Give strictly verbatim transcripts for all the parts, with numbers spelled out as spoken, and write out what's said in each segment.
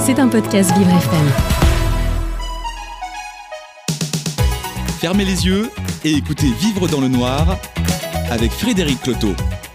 C'est un podcast Vivre F M. Fermez les yeux et écoutez Vivre dans le noir avec Frédéric Cloteau.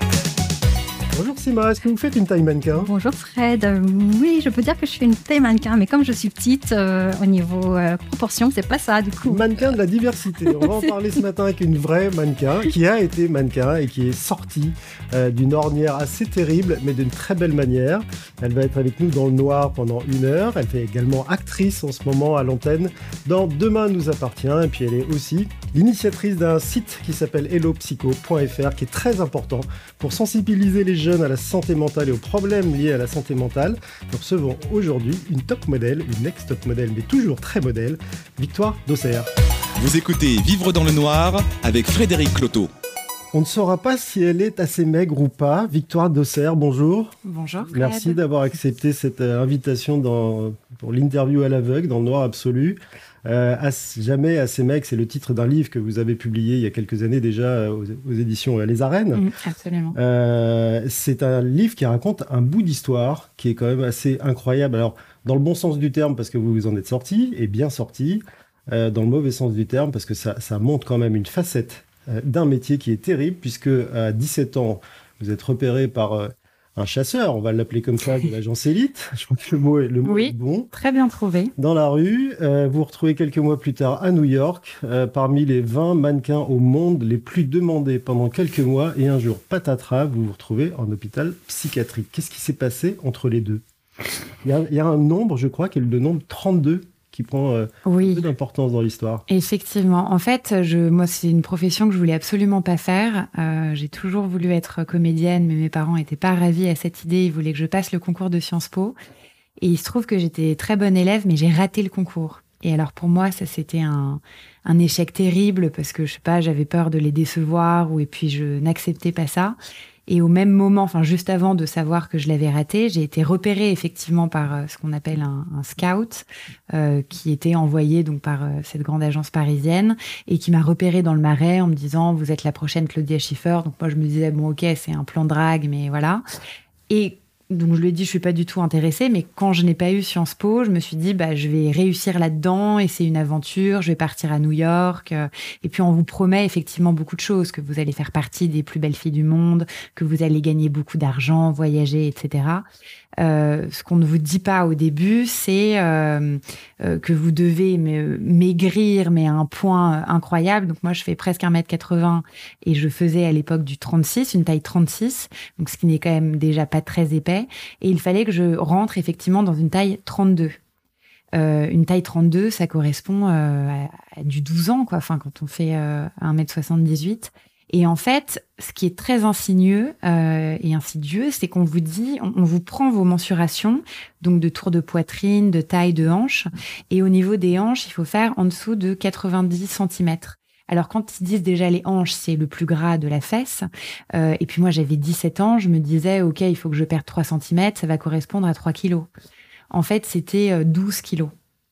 Bonjour Sima, est-ce que vous faites une taille mannequin ? Bonjour Fred, euh, oui je peux dire que je suis une taille mannequin, mais comme je suis petite, euh, au niveau euh, proportion, c'est pas ça du coup. Mannequin de la diversité, on va en parler ce matin avec une vraie mannequin, qui a été mannequin et qui est sortie euh, d'une ornière assez terrible, mais d'une très belle manière. Elle va être avec nous dans le noir pendant une heure, elle fait également actrice en ce moment à l'antenne dans Demain nous appartient, et puis elle est aussi l'initiatrice d'un site qui s'appelle hello psycho point f r, qui est très important pour sensibiliser les jeunes à la santé mentale et aux problèmes liés à la santé mentale. Nous recevons aujourd'hui une top modèle, une ex-top modèle, mais toujours très modèle, Victoire Dauxerre. Vous écoutez Vivre dans le noir avec Frédéric Cloteau. On ne saura pas si elle est assez maigre ou pas. Victoire Dauxerre, bonjour. Bonjour Fred. Merci d'avoir accepté cette euh, invitation dans, pour l'interview à l'aveugle, dans le noir absolu. Euh, as, jamais assez maigre, c'est le titre d'un livre que vous avez publié il y a quelques années déjà aux, aux éditions euh, Les Arènes. Mmh, absolument. Euh, c'est un livre qui raconte un bout d'histoire qui est quand même assez incroyable. Alors, dans le bon sens du terme, parce que vous vous en êtes sorti, et bien sorti, euh, dans le mauvais sens du terme, parce que ça, ça montre quand même une facette euh, d'un métier qui est terrible, puisque à dix-sept ans, vous êtes repéré par euh, un chasseur, on va l'appeler comme ça, de l'agence élite. Je crois que le mot est, le mot oui, est bon. Très bien trouvé. Dans la rue, euh, vous vous retrouvez quelques mois plus tard à New York, euh, parmi les vingt mannequins au monde les plus demandés pendant quelques mois, et un jour, patatras, vous vous retrouvez en hôpital psychiatrique. Qu'est-ce qui s'est passé entre les deux ? Il y a, il y a un nombre, je crois, qui est le nombre trente-deux, qui prend euh, oui. un peu d'importance dans l'histoire. Effectivement. En fait, je, moi, c'est une profession que je voulais absolument pas faire. Euh, j'ai toujours voulu être comédienne, mais mes parents étaient pas ravis à cette idée. Ils voulaient que je passe le concours de Sciences Po. Et il se trouve que j'étais très bonne élève, mais j'ai raté le concours. Et alors, pour moi, ça, c'était un, un échec terrible parce que, je sais pas, j'avais peur de les décevoir ou, et puis je n'acceptais pas ça. Et au même moment, enfin juste avant de savoir que je l'avais raté, j'ai été repérée effectivement par euh, ce qu'on appelle un, un scout euh, qui était envoyé donc par euh, cette grande agence parisienne et qui m'a repérée dans le Marais en me disant vous êtes la prochaine Claudia Schiffer. Donc moi je me disais bon ok c'est un plan de drague mais voilà. Et donc je lui ai dit je suis pas du tout intéressée, mais quand je n'ai pas eu Sciences Po, je me suis dit bah je vais réussir là-dedans et c'est une aventure, je vais partir à New York euh, et puis on vous promet effectivement beaucoup de choses, que vous allez faire partie des plus belles filles du monde, que vous allez gagner beaucoup d'argent, voyager, et cetera. Euh, ce qu'on ne vous dit pas au début, c'est euh, euh, que vous devez me, maigrir, mais à un point incroyable. Donc moi, je fais presque un mètre quatre-vingts et je faisais à l'époque du trente-six, une taille trente-six, donc ce qui n'est quand même déjà pas très épais. Et il fallait que je rentre effectivement dans une taille trente-deux. Euh, une taille trente-deux, ça correspond euh, à, à du douze ans, quoi. Enfin, quand on fait euh, un mètre soixante-dix-huit. Et en fait, ce qui est très insidieux euh, et insidieux, c'est qu'on vous dit, on, on vous prend vos mensurations, donc de tour de poitrine, de taille, de hanche, et au niveau des hanches, il faut faire en dessous de quatre-vingt-dix centimètres. Alors quand ils disent déjà les hanches, c'est le plus gras de la fesse, euh, et puis moi j'avais dix-sept ans, je me disais, ok, il faut que je perde trois centimètres, ça va correspondre à trois kilos. En fait, c'était douze kilos.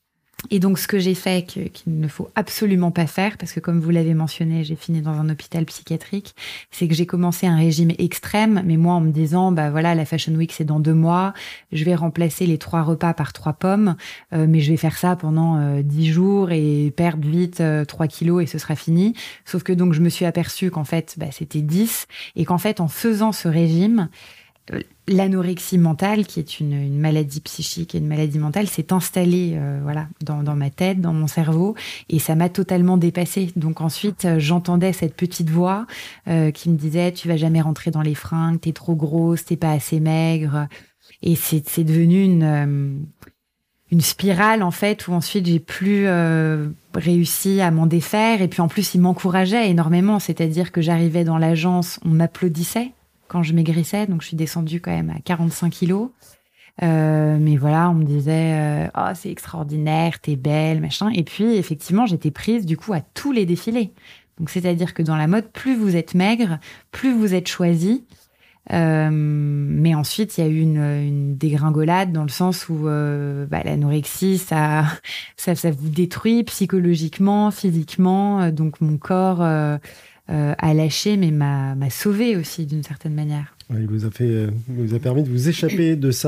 Et donc, ce que j'ai fait, que, qu'il ne faut absolument pas faire, parce que comme vous l'avez mentionné, j'ai fini dans un hôpital psychiatrique, c'est que j'ai commencé un régime extrême, mais moi, en me disant, bah voilà, la Fashion Week, c'est dans deux mois, je vais remplacer les trois repas par trois pommes, euh, mais je vais faire ça pendant euh, dix jours et perdre vite euh, trois kilos et ce sera fini. Sauf que donc, je me suis aperçue qu'en fait, bah, c'était dix, et qu'en fait, en faisant ce régime, l'anorexie mentale, qui est une, une maladie psychique et une maladie mentale, s'est installée euh, voilà, dans, dans ma tête, dans mon cerveau, et ça m'a totalement dépassée. Donc ensuite, euh, j'entendais cette petite voix euh, qui me disait « Tu vas jamais rentrer dans les fringues, t'es trop grosse, t'es pas assez maigre ». Et c'est, c'est devenu une, euh, une spirale, en fait, où ensuite, j'ai plus euh, réussi à m'en défaire. Et puis en plus, il m'encourageait énormément, c'est-à-dire que j'arrivais dans l'agence, on m'applaudissait quand je maigrissais, donc je suis descendue quand même à quarante-cinq kilos. Euh, mais voilà, on me disait euh, « Oh, c'est extraordinaire, t'es belle, machin ». Et puis, effectivement, j'étais prise, du coup, à tous les défilés. Donc, c'est-à-dire que dans la mode, plus vous êtes maigre, plus vous êtes choisie. Euh, mais ensuite, il y a eu une, une dégringolade dans le sens où euh, bah, l'anorexie, ça, ça, ça vous détruit psychologiquement, physiquement. Donc, mon corps... Euh, Euh, a lâché, mais m'a, m'a sauvé aussi d'une certaine manière. Il vous a fait, euh, vous a permis de vous échapper de ça.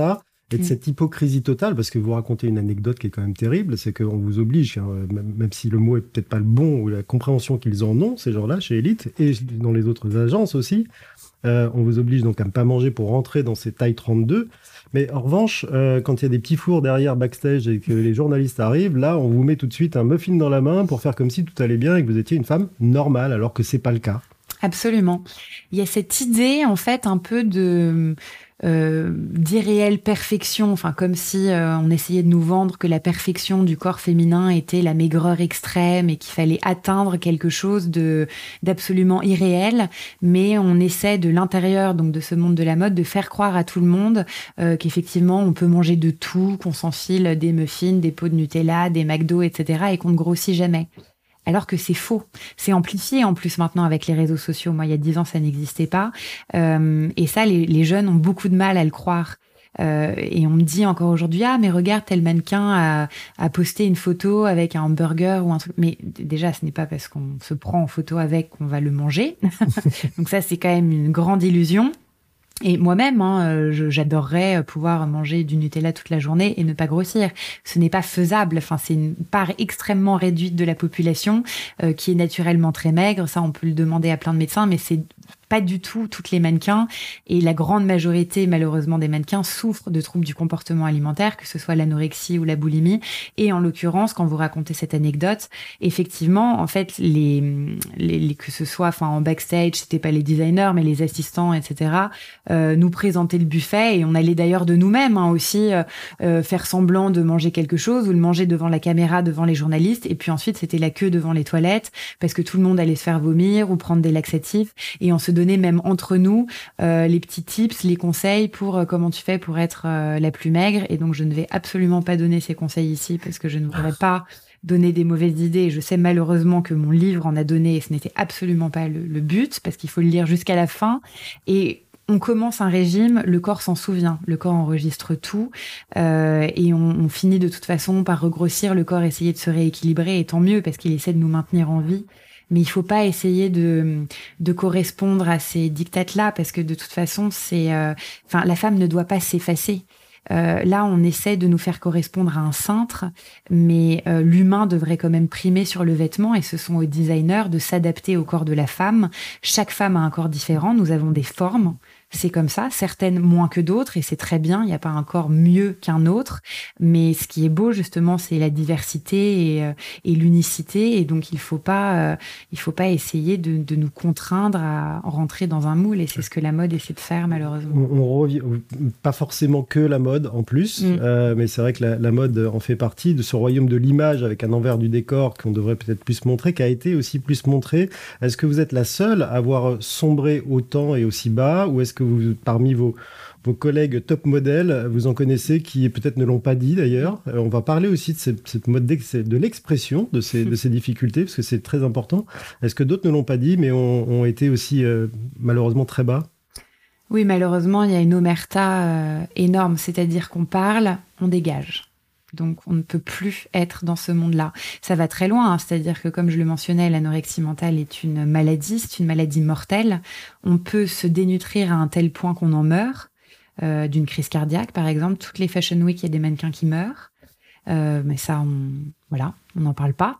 et de mmh. cette hypocrisie totale, parce que vous racontez une anecdote qui est quand même terrible, c'est qu'on vous oblige, hein, même, même si le mot est peut-être pas le bon, ou la compréhension qu'ils en ont, ces gens-là, chez Elite, et dans les autres agences aussi, euh, on vous oblige donc à ne pas manger pour rentrer dans ces tailles trente-deux. Mais en revanche, euh, quand il y a des petits fours derrière backstage et que les journalistes arrivent, là, on vous met tout de suite un muffin dans la main pour faire comme si tout allait bien et que vous étiez une femme normale, alors que c'est pas le cas. Absolument. Il y a cette idée, en fait, un peu de euh, d'irréelle perfection, enfin comme si euh, on essayait de nous vendre que la perfection du corps féminin était la maigreur extrême et qu'il fallait atteindre quelque chose de d'absolument irréel, mais on essaie de l'intérieur, donc de ce monde de la mode, de faire croire à tout le monde euh, qu'effectivement on peut manger de tout, qu'on s'enfile des muffins, des pots de Nutella, des McDo, et cetera, et qu'on ne grossit jamais. Alors que c'est faux. C'est amplifié en plus maintenant avec les réseaux sociaux. Moi, il y a dix ans, ça n'existait pas. Euh, et ça, les, les jeunes ont beaucoup de mal à le croire. Euh, et on me dit encore aujourd'hui, ah, mais regarde, tel mannequin a, a posté une photo avec un hamburger ou un truc. Mais déjà, ce n'est pas parce qu'on se prend en photo avec qu'on va le manger. Donc ça, c'est quand même une grande illusion. Et moi-même, hein, je, j'adorerais pouvoir manger du Nutella toute la journée et ne pas grossir. Ce n'est pas faisable. Enfin, c'est une part extrêmement réduite de la population euh, qui est naturellement très maigre. Ça, on peut le demander à plein de médecins, mais c'est pas du tout toutes les mannequins. Et la grande majorité, malheureusement, des mannequins souffrent de troubles du comportement alimentaire, que ce soit l'anorexie ou la boulimie. Et en l'occurrence, quand vous racontez cette anecdote, effectivement, en fait, les, les, les que ce soit, enfin, en backstage, c'était pas les designers, mais les assistants, et cetera, euh, nous présentaient le buffet et on allait d'ailleurs de nous-mêmes hein, aussi euh, faire semblant de manger quelque chose ou de manger devant la caméra, devant les journalistes. Et puis ensuite, c'était la queue devant les toilettes parce que tout le monde allait se faire vomir ou prendre des laxatifs. Et on se donner même entre nous euh, les petits tips, les conseils pour euh, comment tu fais pour être euh, la plus maigre. Et donc, je ne vais absolument pas donner ces conseils ici parce que je ne voudrais pas donner des mauvaises idées. Je sais malheureusement que mon livre en a donné et ce n'était absolument pas le, le but parce qu'il faut le lire jusqu'à la fin. Et on commence un régime, le corps s'en souvient, le corps enregistre tout euh, et on, on finit de toute façon par regrossir, le corps essayer de se rééquilibrer et tant mieux parce qu'il essaie de nous maintenir en vie. Mais il faut pas essayer de de correspondre à ces dictates-là parce que de toute façon, c'est, euh, enfin, la femme ne doit pas s'effacer. Euh, là, on essaie de nous faire correspondre à un cintre, mais euh, l'humain devrait quand même primer sur le vêtement et ce sont aux designers de s'adapter au corps de la femme. Chaque femme a un corps différent, nous avons des formes. C'est comme ça, certaines moins que d'autres, et c'est très bien, il n'y a pas un corps mieux qu'un autre, mais ce qui est beau, justement, c'est la diversité et, euh, et l'unicité, et donc il faut pas, euh, il faut pas essayer de, de nous contraindre à rentrer dans un moule, et c'est ce que la mode essaie de faire, malheureusement. On, on revient, pas forcément que la mode, en plus, mm. euh, mais c'est vrai que la, la mode en fait partie de ce royaume de l'image, avec un envers du décor qu'on devrait peut-être plus montrer, qui a été aussi plus montré. Est-ce que vous êtes la seule à avoir sombré autant et aussi bas, ou est-ce que vous, parmi vos, vos collègues top modèles, vous en connaissez qui peut-être ne l'ont pas dit d'ailleurs. On va parler aussi de cette, cette mode de l'expression de ces, de ces difficultés, parce que c'est très important. Est-ce que d'autres ne l'ont pas dit, mais ont, ont été aussi euh, malheureusement très bas ? Oui, malheureusement, il y a une omerta euh, énorme, c'est-à-dire qu'on parle, on dégage. Donc, on ne peut plus être dans ce monde-là. Ça va très loin, hein. C'est-à-dire que, comme je le mentionnais, l'anorexie mentale est une maladie, c'est une maladie mortelle. On peut se dénutrir à un tel point qu'on en meurt, euh, d'une crise cardiaque, par exemple. Toutes les Fashion Week, il y a des mannequins qui meurent. Euh, mais ça, on, voilà, on n'en parle pas.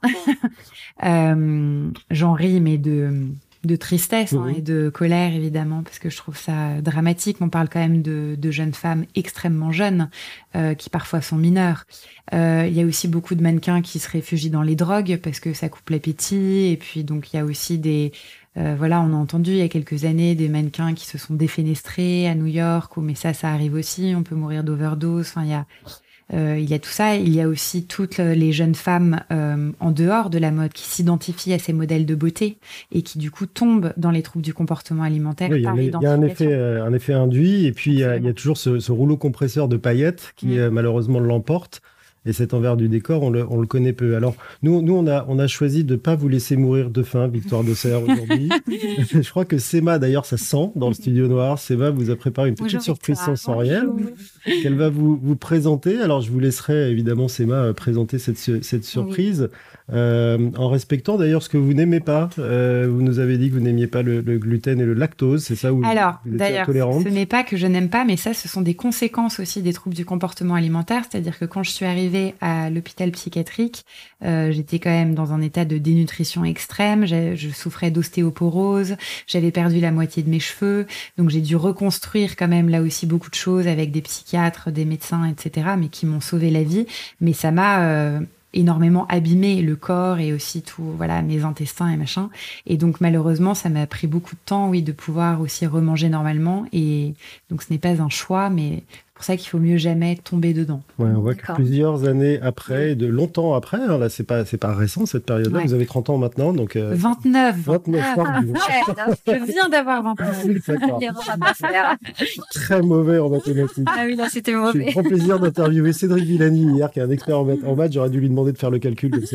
euh, j'en ris, mais de... de tristesse hein, mmh. et de colère, évidemment, parce que je trouve ça dramatique. On parle quand même de, de jeunes femmes extrêmement jeunes, euh, qui parfois sont mineures. Euh, il y a aussi beaucoup de mannequins qui se réfugient dans les drogues, parce que ça coupe l'appétit. Et puis, donc, il y a aussi des... Euh, voilà, on a entendu il y a quelques années des mannequins qui se sont défenestrés à New York, mais ça, ça arrive aussi. On peut mourir d'overdose. Enfin, il y a... Euh, il y a tout ça, il y a aussi toutes les jeunes femmes euh, en dehors de la mode qui s'identifient à ces modèles de beauté et qui du coup tombent dans les troubles du comportement alimentaire. Oui, par il y a, y a un, effet, euh, un effet induit et puis il y, y a toujours ce, ce rouleau compresseur de paillettes qui mmh. euh, malheureusement l'emporte. Et cet envers du décor, on le, on le connaît peu. Alors, nous, nous on, a, on a choisi de ne pas vous laisser mourir de faim, Victoire d'Auxerre, aujourd'hui. Je crois que Sema, d'ailleurs, ça sent dans le studio noir. Sema vous a préparé une petite Bonjour, surprise Victoire. sensorielle Bonjour. qu'elle va vous, vous présenter. Alors, je vous laisserai, évidemment, Sema, présenter cette, cette surprise. Oui. Euh, en respectant d'ailleurs ce que vous n'aimez pas. Euh, vous nous avez dit que vous n'aimiez pas le, le gluten et le lactose, c'est ça où Alors, vous d'ailleurs, ce n'est pas que je n'aime pas, mais ça, ce sont des conséquences aussi des troubles du comportement alimentaire. C'est-à-dire que quand je suis arrivée à l'hôpital psychiatrique, euh, j'étais quand même dans un état de dénutrition extrême. Je, je souffrais d'ostéoporose, j'avais perdu la moitié de mes cheveux, donc j'ai dû reconstruire quand même là aussi beaucoup de choses avec des psychiatres, des médecins, et cetera, mais qui m'ont sauvé la vie. Mais ça m'a... Euh, énormément abîmé le corps et aussi tout, voilà, mes intestins et machin. Et donc, malheureusement, ça m'a pris beaucoup de temps, oui, de pouvoir aussi remanger normalement. Et donc, ce n'est pas un choix, mais c'est pour ça qu'il faut mieux jamais tomber dedans. Ouais, on voit que plusieurs années après, de longtemps après, hein, là, c'est pas, c'est pas récent cette période-là. Ouais. Vous avez trente ans maintenant, donc. Euh, vingt-neuf. vingt-neuf ans. Ah, je viens d'avoir vingt-neuf. L'erreur à pas faire. Très mauvais en mathématiques. Ah oui, là, c'était mauvais. J'ai eu grand plaisir d'interviewer Cédric Villani hier, qui est un expert en maths. En maths, j'aurais dû lui demander de faire le calcul. Comme ça,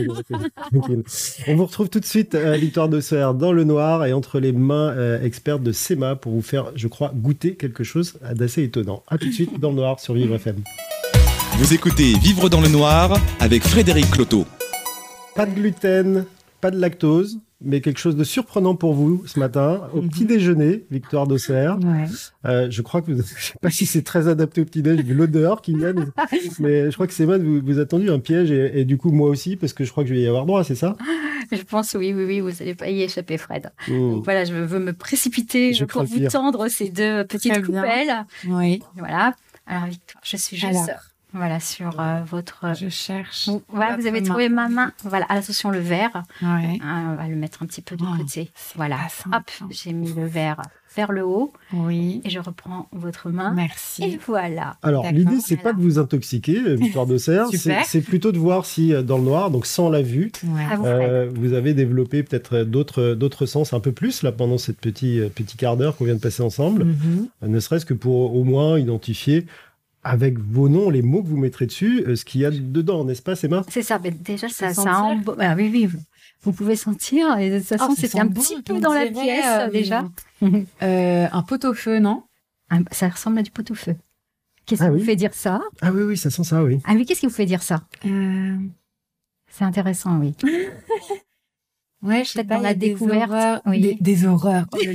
on vous retrouve tout de suite à Victoire d'Auxerre dans le noir et entre les mains euh, expertes de Sema pour vous faire, je crois, goûter quelque chose d'assez étonnant. À tout de suite dans le noir sur Vivre F M. Vous écoutez Vivre dans le noir avec Frédéric Cloteau. Pas de gluten, pas de lactose, mais quelque chose de surprenant pour vous ce matin, au mm-hmm. petit déjeuner, Victoire d'Auxerre. Ouais. Euh, je crois que vous, je sais pas si c'est très adapté au petit déjeuner, j'ai vu l'odeur qui vient, mais je crois que Sema vous, vous a tendu un piège et, et du coup moi aussi, parce que je crois que je vais y avoir droit, c'est ça? Je pense oui, oui, oui, vous n'allez pas y échapper, Fred. Mm. Donc voilà, je veux me précipiter je pour vous tendre ces deux petites coupelles. Oui. Voilà. Alors Victoire, je suis juste... Alors. Voilà, sur euh, votre... Je cherche. Voilà, vous avez main. trouvé ma main. Voilà, attention, le verre. Ouais. Hein, on va le mettre un petit peu de oh, côté. Voilà. Hop, j'ai mis le verre vers le haut. Oui. Et je reprends votre main. Merci. Et voilà. Alors, D'accord. l'idée, c'est voilà. pas de vous intoxiquer, Victoire d'Auxerre. c'est, c'est plutôt de voir si, dans le noir, donc sans la vue, ouais. ah, vous, euh, vous avez développé peut-être d'autres, d'autres sens un peu plus, là, pendant cette petit, petit quart d'heure qu'on vient de passer ensemble. Mm-hmm. Ne serait-ce que pour au moins identifier avec vos noms, les mots que vous mettrez dessus, euh, ce qu'il y a dedans, n'est-ce pas, Sema? C'est ça, mais déjà, ça, ça emba... ah, oui, oui, vous pouvez sentir, et de toute façon, oh, c'était un bon, petit peu dans la pièce, euh, déjà. euh, un pot-au-feu, non? un, Ça ressemble à du pot-au-feu. Qu'est-ce ah, qui oui. vous fait dire ça? Ah oui, oui, ça sent ça, oui. Ah oui, qu'est-ce qui vous fait dire ça? euh... C'est intéressant, oui. Ouais, je sais peut-être pas, dans la découverte. Horreurs, oui. des, des horreurs. Oh,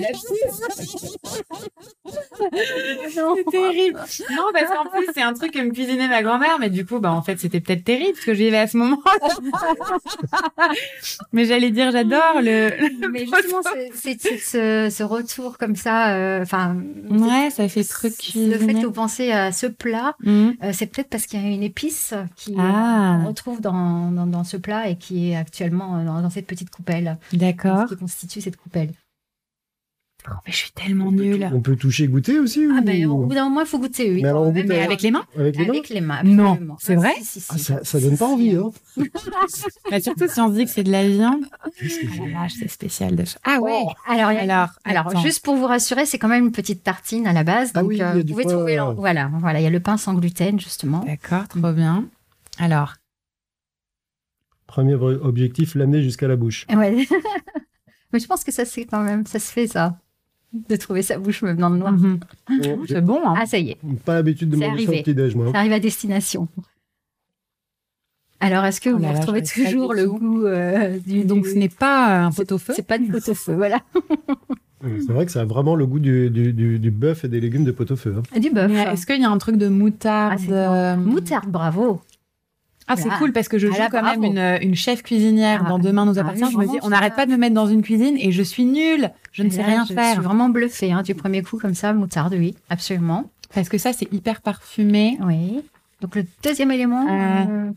c'est terrible. Non, parce qu'en plus, c'est un truc que me cuisinait ma grand-mère, mais du coup, bah, en fait, c'était peut-être terrible parce que je vivais à ce moment-là. Mais j'allais dire, j'adore le. Mais justement, c'est, c'est, c'est ce, ce retour comme ça, enfin. Euh, ouais, ça fait truc cuisiné. Le fait que vous pensez à ce plat, mmh. euh, c'est peut-être parce qu'il y a une épice qui ah. on retrouve dans, dans, dans ce plat et qui est actuellement dans, dans cette petite coupelle. D'accord. Qui constitue cette coupelle. Oh, mais je suis tellement nulle. On peut toucher, goûter aussi Ah ou... ben, au bout d'un moment, il faut goûter, oui. Mais, alors, même, mais avec les mains Avec les mains, avec les mains Non, c'est vrai ah, si, si, si. Ah, ça, ça donne pas envie, hein. Bah, surtout si on se dit que c'est de la viande. Oh là, c'est spécial. De... Ah ouais. Oh, alors, alors, alors juste pour vous rassurer, c'est quand même une petite tartine à la base. Donc, ah oui, euh, vous pouvez pain... trouver... Le... Voilà, voilà, il y a le pain sans gluten, justement. D'accord, trop bien. Alors. Premier objectif, l'amener jusqu'à la bouche. Ouais. Mais je pense que ça, c'est quand même... Ça se fait, ça. De trouver sa bouche même dans le noir. Mm-hmm. Bon, c'est bon, hein. Ah, ça y est. Pas l'habitude de manger ça au petit-déj, moi. Ça arrive à destination. Alors, est-ce que oh vous là retrouvez là, toujours le goût euh, du... Donc, du... ce n'est pas un pot-au-feu? C'est pas du pot-au-feu, voilà. C'est vrai que ça a vraiment le goût du, du, du, du bœuf et des légumes de pot-au-feu. Hein. Du bœuf. Est-ce qu'il y a un truc de moutarde? Ah, euh... Moutarde, bravo. Ah, c'est ah, cool parce que je joue là, quand bravo. même une, une chef cuisinière ah, dans Demain nous appartient. Ah, oui, je me dis, on n'arrête pas de me mettre dans une cuisine et je suis nulle. Je ne sais là, rien je faire. Je suis vraiment bluffée hein, du premier coup comme ça, moutarde, oui, absolument. Parce que ça, c'est hyper parfumé. Oui. Donc le deuxième élément. Euh... Euh...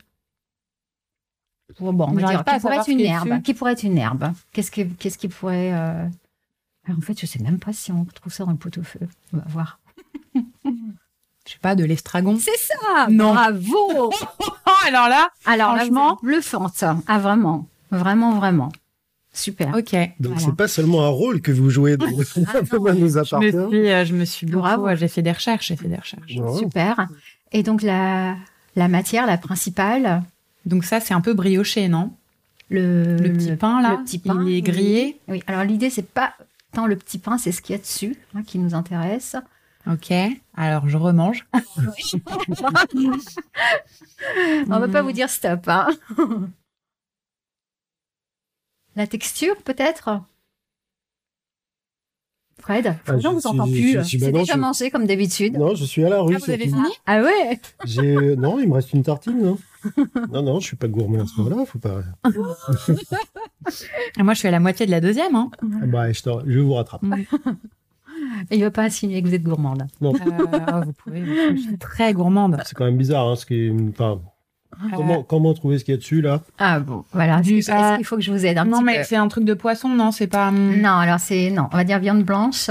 Bon, on va dire, pas qui pourrait être une herbe. Dessus. Qui pourrait être une herbe Qu'est-ce que, qu'est-ce qui pourrait euh... Alors, en fait, je sais même pas si on trouve ça dans le pot-au-feu. On va voir. Je sais pas, de l'estragon. C'est ça. Non. Bravo. Alors là, alors franchement, là, bluffante. Ah vraiment, vraiment, vraiment. Super. Ok. Donc voilà. c'est pas seulement un rôle que vous jouez dans ah, Demain nous appartient. Je me suis, euh, je me suis Bravo. beaucoup, j'ai fait des recherches, j'ai fait des recherches. Wow. Super. Et donc la La matière, la principale. Donc ça, c'est un peu brioché, non ? Le, le petit pain, là, le petit pain, il est grillé. Oui, alors l'idée, c'est pas tant le petit pain, c'est ce qu'il y a dessus hein, qui nous intéresse. Ok, alors je remange. On ne va pas vous dire stop. Hein. La texture, peut-être ? Fred, Ah, je ne vous je entends suis- plus. je suis- bah C'est non, déjà je- mangé comme d'habitude. Non, je suis à la rue. Ah, vous avez c'est tout. fini ? Ah ouais. J'ai... Non, il me reste une tartine. Non, non, non je suis pas gourmand à ce moment-là. Faut pas. Et moi, je suis à la moitié de la deuxième. Hein. Ah bah, je, te- je vous rattrape. Il ne va pas insinuer que vous êtes gourmande. Euh, oh, vous pouvez, je suis très gourmande. C'est quand même bizarre. Hein, ce qui est... enfin, comment, comment trouver ce qu'il y a dessus là ? Ah bon, voilà. Est-ce Du- que- est-ce qu'il faut que je vous aide un Non, petit mais peu c'est un truc de poisson, non ? C'est pas. hum, Non, alors c'est... Non, on va dire viande blanche.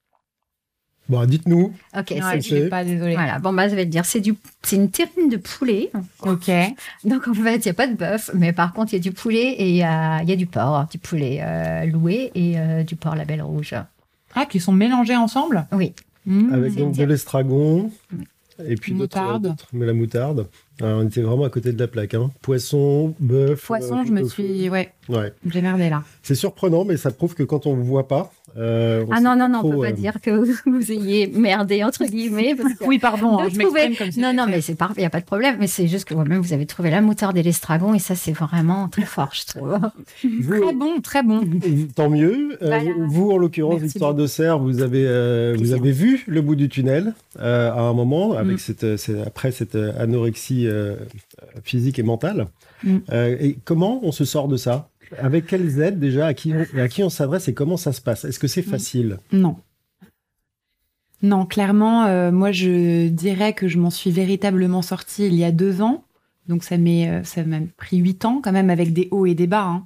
Bon, dites-nous. Ok, Ouais, c'est... je sais pas, désolée. Voilà, bon, bah, je vais le dire. C'est, du... c'est une terrine de poulet. Ok. Donc, en fait, il n'y a pas de bœuf, mais par contre, il y a du poulet et il y a, il y a du porc. Du poulet euh, loué et euh, du porc label rouge. Ah, qui sont mélangés ensemble ? Oui. Mmh. Avec donc de l'estragon. Et puis d'autres, Moutarde. d'autres- mais la moutarde. Alors, on était vraiment à côté de la plaque. Hein. Poisson, bœuf. Poisson, euh, je me tofu. suis. Ouais, Ouais. j'ai merdé là. C'est surprenant, mais ça prouve que quand on ne voit pas. euh, on Ah sait non, non, pas non, on ne trop, peut pas euh, dire que vous ayez merdé, entre guillemets. Parce que Oui, pardon, de hein, je m'exprime trouver- comme ça. Non, non, mais c'est parfait, il n'y a pas de problème. Mais c'est juste que vous-même, vous avez trouvé la moutarde et l'estragon, et ça, c'est vraiment très fort, je trouve. Vous, Très bon, très bon. tant mieux. Euh, Voilà. Vous, en l'occurrence, Merci Victoire d'Auxerre, vous avez, euh, vous Plaisir. avez vu le bout du tunnel euh, à un moment, avec Mm. cette, euh, cette- après cette euh, anorexie euh, physique et mentale. Mm. Euh, et comment on se sort de ça ? Avec quelles aides déjà ? À qui on, à qui on s'adresse et comment ça se passe ? Est-ce que c'est Mm. facile ? Non. Non, clairement, euh, moi, je dirais que je m'en suis véritablement sortie il y a deux ans. Donc, ça m'est, euh, ça m'a pris huit ans, quand même, avec des hauts et des bas. Hein.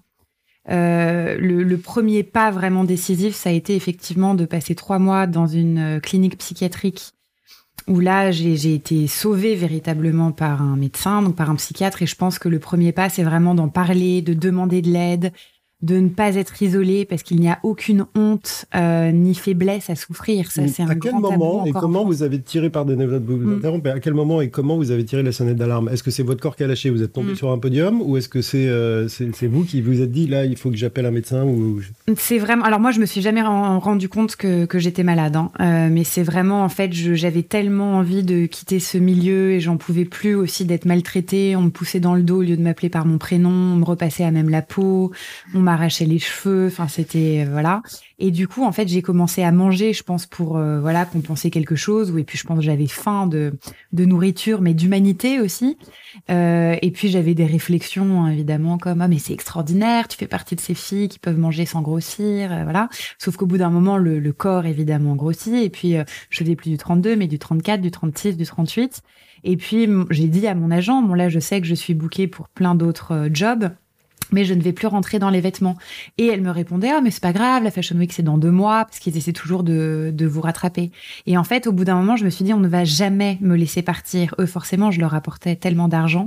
Euh, le, le premier pas vraiment décisif, ça a été effectivement de passer trois mois dans une euh, clinique psychiatrique où là, j'ai, j'ai été sauvée véritablement par un médecin, donc par un psychiatre. Et je pense que le premier pas, c'est vraiment d'en parler, de demander de l'aide, de ne pas être isolé parce qu'il n'y a aucune honte euh, ni faiblesse à souffrir. Ça, c'est un à quel grand tabou moment et encore en comment France. vous avez tiré, pardonnez-moi de vous Mm. interrompre, mais à quel moment et comment vous avez tiré la sonnette d'alarme ? Est-ce que c'est votre corps qui a lâché ? Vous êtes tombé Mm. sur un podium ou est-ce que c'est, euh, c'est, c'est vous qui vous êtes dit là, il faut que j'appelle un médecin ou... C'est vraiment. Alors moi, je me suis jamais ren- rendu compte que, que j'étais malade, hein. Euh, mais c'est vraiment en fait, je- j'avais tellement envie de quitter ce milieu et j'en pouvais plus aussi d'être maltraitée. On me poussait dans le dos au lieu de m'appeler par mon prénom, on me repassait à même la peau, on m'arrachait les cheveux. Enfin, c'était euh, voilà. Et du coup, en fait, j'ai commencé à manger, je pense pour euh, voilà compenser quelque chose. Et puis, je pense que j'avais faim de de nourriture, mais d'humanité aussi. Euh, et puis, j'avais des réflexions évidemment comme ah mais c'est extraordinaire, tu fais partie de ces filles qui peuvent manger sans grossir, euh, voilà. Sauf qu'au bout d'un moment, le, le corps évidemment grossit. Et puis, euh, je faisais plus du trente-deux, mais du trente-quatre, du trente-six, du trente-huit. Et puis, m- j'ai dit à mon agent, bon là, je sais que je suis bookée pour plein d'autres euh, jobs. Mais je ne vais plus rentrer dans les vêtements. Et elle me répondait, ah, mais c'est pas grave, la Fashion Week, c'est dans deux mois, parce qu'ils essaient toujours de, de vous rattraper. Et en fait, au bout d'un moment, je me suis dit, on ne va jamais me laisser partir. Eux, forcément, je leur apportais tellement d'argent,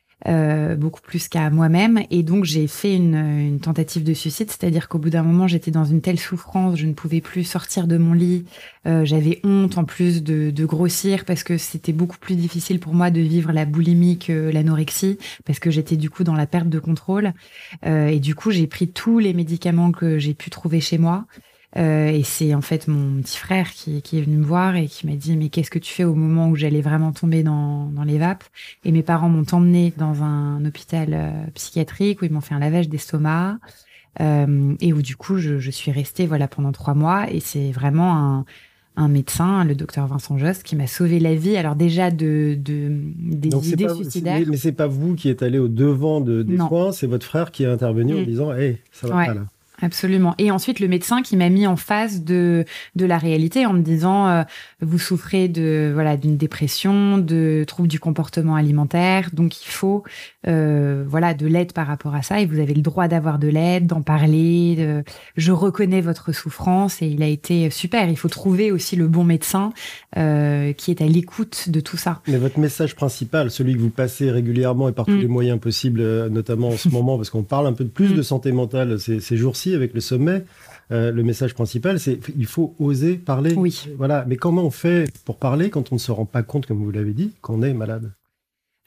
euh, beaucoup plus qu'à moi-même. Et donc, j'ai fait une, une tentative de suicide, c'est-à-dire qu'au bout d'un moment, j'étais dans une telle souffrance, je ne pouvais plus sortir de mon lit. Euh, j'avais honte, en plus, de, de grossir, parce que c'était beaucoup plus difficile pour moi de vivre la boulimie que l'anorexie, parce que j'étais du coup dans la perte de contrôle. Euh, et du coup, j'ai pris tous les médicaments que j'ai pu trouver chez moi. Euh, et c'est en fait mon petit frère qui, qui est venu me voir et qui m'a dit mais qu'est-ce que tu fais au moment où j'allais vraiment tomber dans, dans les vapes. Et mes parents m'ont emmenée dans un hôpital euh, psychiatrique où ils m'ont fait un lavage d'estomac euh, et où du coup je, je suis restée voilà pendant trois mois. Et c'est vraiment un, un médecin, le docteur Vincent Jost, qui m'a sauvé la vie. Alors déjà de, de des Donc, c'est idées pas- suicidaires. Mais, mais c'est pas vous qui êtes allé au devant de, des Non. soins, c'est votre frère qui est intervenu en Mm. disant hey, ça va Ouais. pas là. Absolument. Et ensuite, le médecin qui m'a mis en face de de la réalité en me disant euh, vous souffrez de voilà d'une dépression, de troubles du comportement alimentaire, donc il faut euh, voilà de l'aide par rapport à ça et vous avez le droit d'avoir de l'aide, d'en parler. De... Je reconnais votre souffrance et il a été super. Il faut trouver aussi le bon médecin euh, qui est à l'écoute de tout ça. Mais votre message principal, celui que vous passez régulièrement et par tous Mm. les moyens possibles, euh, notamment en ce moment, parce qu'on parle un peu de plus Mm. de santé mentale ces, ces jours-ci avec le sommet, euh, le message principal, c'est il faut oser parler. Oui. Voilà. Mais comment on fait pour parler quand on ne se rend pas compte, comme vous l'avez dit, qu'on est malade ?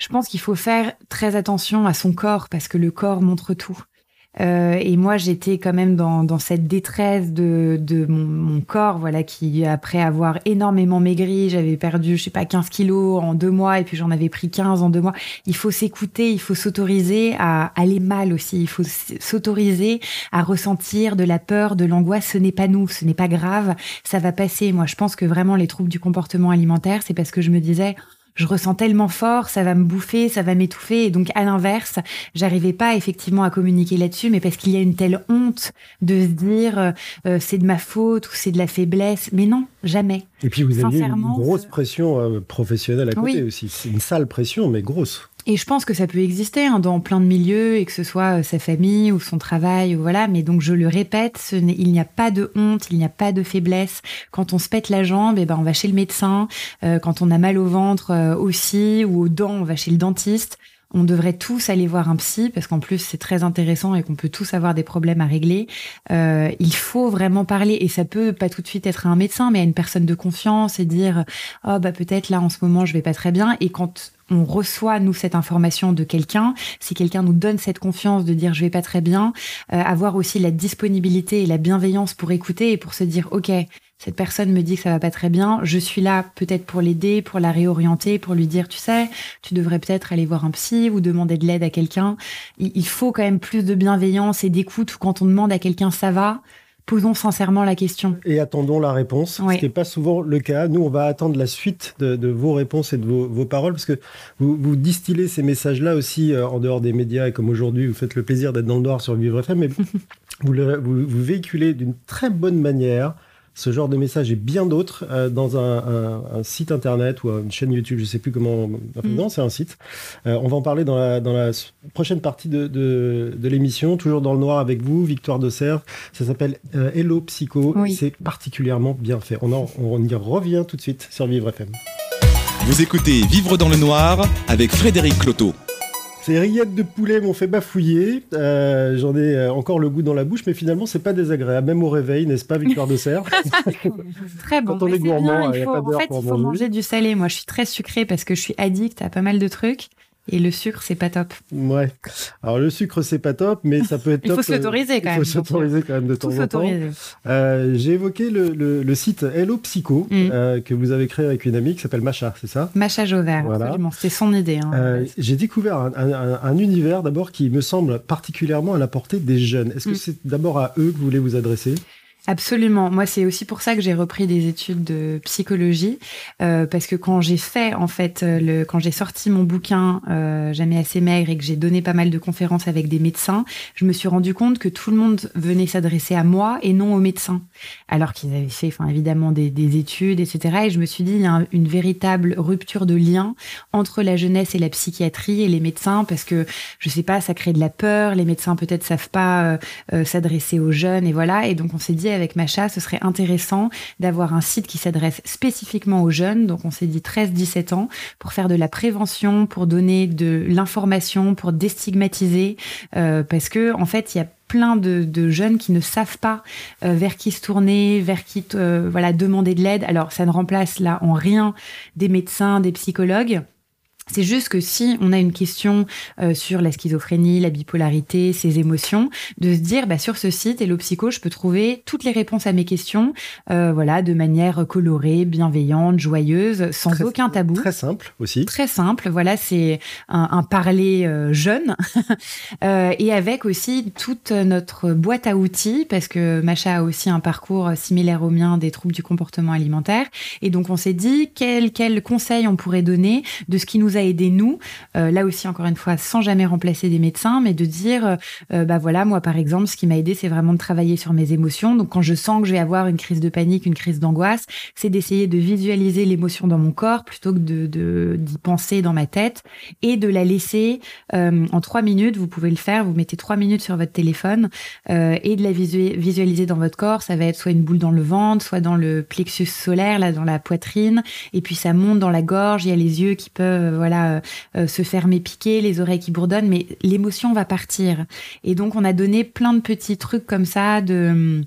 Je pense qu'il faut faire très attention à son corps parce que le corps montre tout. Euh, et moi, j'étais quand même dans, dans cette détresse de, de mon, mon corps, voilà, qui, après avoir énormément maigri, j'avais perdu, je sais pas, quinze kilos en deux mois, et puis j'en avais pris quinze en deux mois. Il faut s'écouter, il faut s'autoriser à aller mal aussi. Il faut s'autoriser à ressentir de la peur, de l'angoisse. Ce n'est pas nous, ce n'est pas grave, ça va passer. Moi, je pense que vraiment, les troubles du comportement alimentaire, c'est parce que je me disais... je ressens tellement fort, ça va me bouffer, ça va m'étouffer. Et donc, à l'inverse, j'arrivais pas effectivement à communiquer là-dessus, mais parce qu'il y a une telle honte de se dire euh, c'est de ma faute ou c'est de la faiblesse. Mais non, jamais. Et puis, vous aviez une Sincèrement, grosse je- pression euh, professionnelle à côté Oui. aussi. C'est une sale pression, mais grosse. Et je pense que ça peut exister hein, dans plein de milieux, et que ce soit euh, sa famille ou son travail, ou voilà. Mais donc, je le répète, ce n'est- il n'y a pas de honte, il n'y a pas de faiblesse. Quand on se pète la jambe, eh ben, on va chez le médecin. Euh, quand on a mal au ventre euh, aussi, ou aux dents, on va chez le dentiste. On devrait tous aller voir un psy, parce qu'en plus, c'est très intéressant et qu'on peut tous avoir des problèmes à régler. Euh, il faut vraiment parler, et ça peut pas tout de suite être à un médecin, mais à une personne de confiance, et dire « Oh, bah peut-être là, en ce moment, je vais pas très bien ». Et quand on reçoit, nous, cette information de quelqu'un, si quelqu'un nous donne cette confiance de dire « je vais pas très bien euh, », avoir aussi la disponibilité et la bienveillance pour écouter et pour se dire « Ok, cette personne me dit que ça va pas très bien, je suis là peut-être pour l'aider, pour la réorienter, pour lui dire, tu sais, tu devrais peut-être aller voir un psy ou demander de l'aide à quelqu'un. » Il faut quand même plus de bienveillance et d'écoute quand on demande à quelqu'un « ça va ?» Posons sincèrement la question. Et attendons la réponse, Oui. ce qui n'est pas souvent le cas. Nous, on va attendre la suite de, de vos réponses et de vos, vos paroles, parce que vous, vous distillez ces messages-là aussi euh, en dehors des médias, et comme aujourd'hui, vous faites le plaisir d'être dans le noir sur Vivre F M, mais vous, le, vous, vous véhiculez d'une très bonne manière ce genre de message et bien d'autres euh, dans un, un, un site internet ou une chaîne YouTube, je ne sais plus comment... Enfin, Mm. non, c'est un site. Euh, on va en parler dans la, dans la prochaine partie de, de, de l'émission, toujours dans le noir avec vous, Victoire Desserre. Ça s'appelle euh, Hello Psycho. Oui. C'est particulièrement bien fait. On, en, on y revient tout de suite sur Vivre F M. Vous écoutez Vivre dans le noir avec Frédéric Cloteau. Ces rillettes de poulet m'ont fait bafouiller. Euh, j'en ai euh, encore le goût dans la bouche, mais finalement, c'est pas désagréable, même au réveil, n'est-ce pas, Victoire Desserre? Très bon. Quand on Mais est c'est gourmand, bien, il y il a faut, pas en d'heure fait, pour il faut manger. manger du salé. Moi, je suis très sucrée parce que je suis addict à pas mal de trucs. Et le sucre, c'est pas top. Ouais. Alors, le sucre, c'est pas top, mais ça peut être Il top. faut s'autoriser quand Il même. faut s'autoriser quand même de temps Tout en temps. s'autoriser. Euh, j'ai évoqué le, le, le site Hello Psycho Mm. euh, que vous avez créé avec une amie qui s'appelle Macha, c'est ça? Macha Jauvert, Voilà. absolument. C'était son idée. Hein. Euh, j'ai découvert un, un- un univers d'abord qui me semble particulièrement à la portée des jeunes. Est-ce que Mm. c'est d'abord à eux que vous voulez vous adresser? Absolument. Moi, c'est aussi pour ça que j'ai repris des études de psychologie, euh, parce que quand j'ai fait, en fait, euh, le, quand j'ai sorti mon bouquin euh, Jamais assez maigre et que j'ai donné pas mal de conférences avec des médecins, je me suis rendu compte que tout le monde venait s'adresser à moi et non aux médecins, alors qu'ils avaient fait, enfin, évidemment, des, des études, et cetera. Et je me suis dit, il y a un- une véritable rupture de lien entre la jeunesse et la psychiatrie et les médecins, parce que, je sais pas, ça crée de la peur. Les médecins peut-être savent pas euh, euh, s'adresser aux jeunes, et voilà. Et donc, on s'est dit avec Macha, ce serait intéressant d'avoir un site qui s'adresse spécifiquement aux jeunes, donc on s'est dit treize dix-sept ans, pour faire de la prévention, pour donner de l'information, pour déstigmatiser, euh, parce que en fait, il y a plein de, de jeunes qui ne savent pas euh, vers qui se tourner, vers qui euh, voilà demander de l'aide. Alors, ça ne remplace là en rien des médecins, des psychologues. C'est juste que si on a une question euh, sur la schizophrénie, la bipolarité, ses émotions, de se dire, bah, sur ce site Hello Psycho, je peux trouver toutes les réponses à mes questions, euh, voilà, de manière colorée, bienveillante, joyeuse, sans Très- aucun tabou. Très simple aussi. Très simple, voilà, c'est un, un parler euh, jeune euh, et avec aussi toute notre boîte à outils, parce que Macha a aussi un parcours similaire au mien des troubles du comportement alimentaire, et donc on s'est dit quel quel conseil on pourrait donner de ce qui nous a aidé nous, euh, là aussi encore une fois sans jamais remplacer des médecins, mais de dire euh, bah voilà, moi par exemple ce qui m'a aidé c'est vraiment de travailler sur mes émotions. Donc quand je sens que je vais avoir une crise de panique, une crise d'angoisse, c'est d'essayer de visualiser l'émotion dans mon corps plutôt que de, de d'y penser dans ma tête, et de la laisser euh, en trois minutes. Vous pouvez le faire, vous mettez trois minutes sur votre téléphone euh, et de la visu- visualiser dans votre corps. Ça va être soit une boule dans le ventre, soit dans le plexus solaire, là dans la poitrine, et puis ça monte dans la gorge. Il y a les yeux qui peuvent euh, voilà euh, euh, se fermer, piquer, les oreilles qui bourdonnent, mais l'émotion va partir. Et donc on a donné plein de petits trucs comme ça de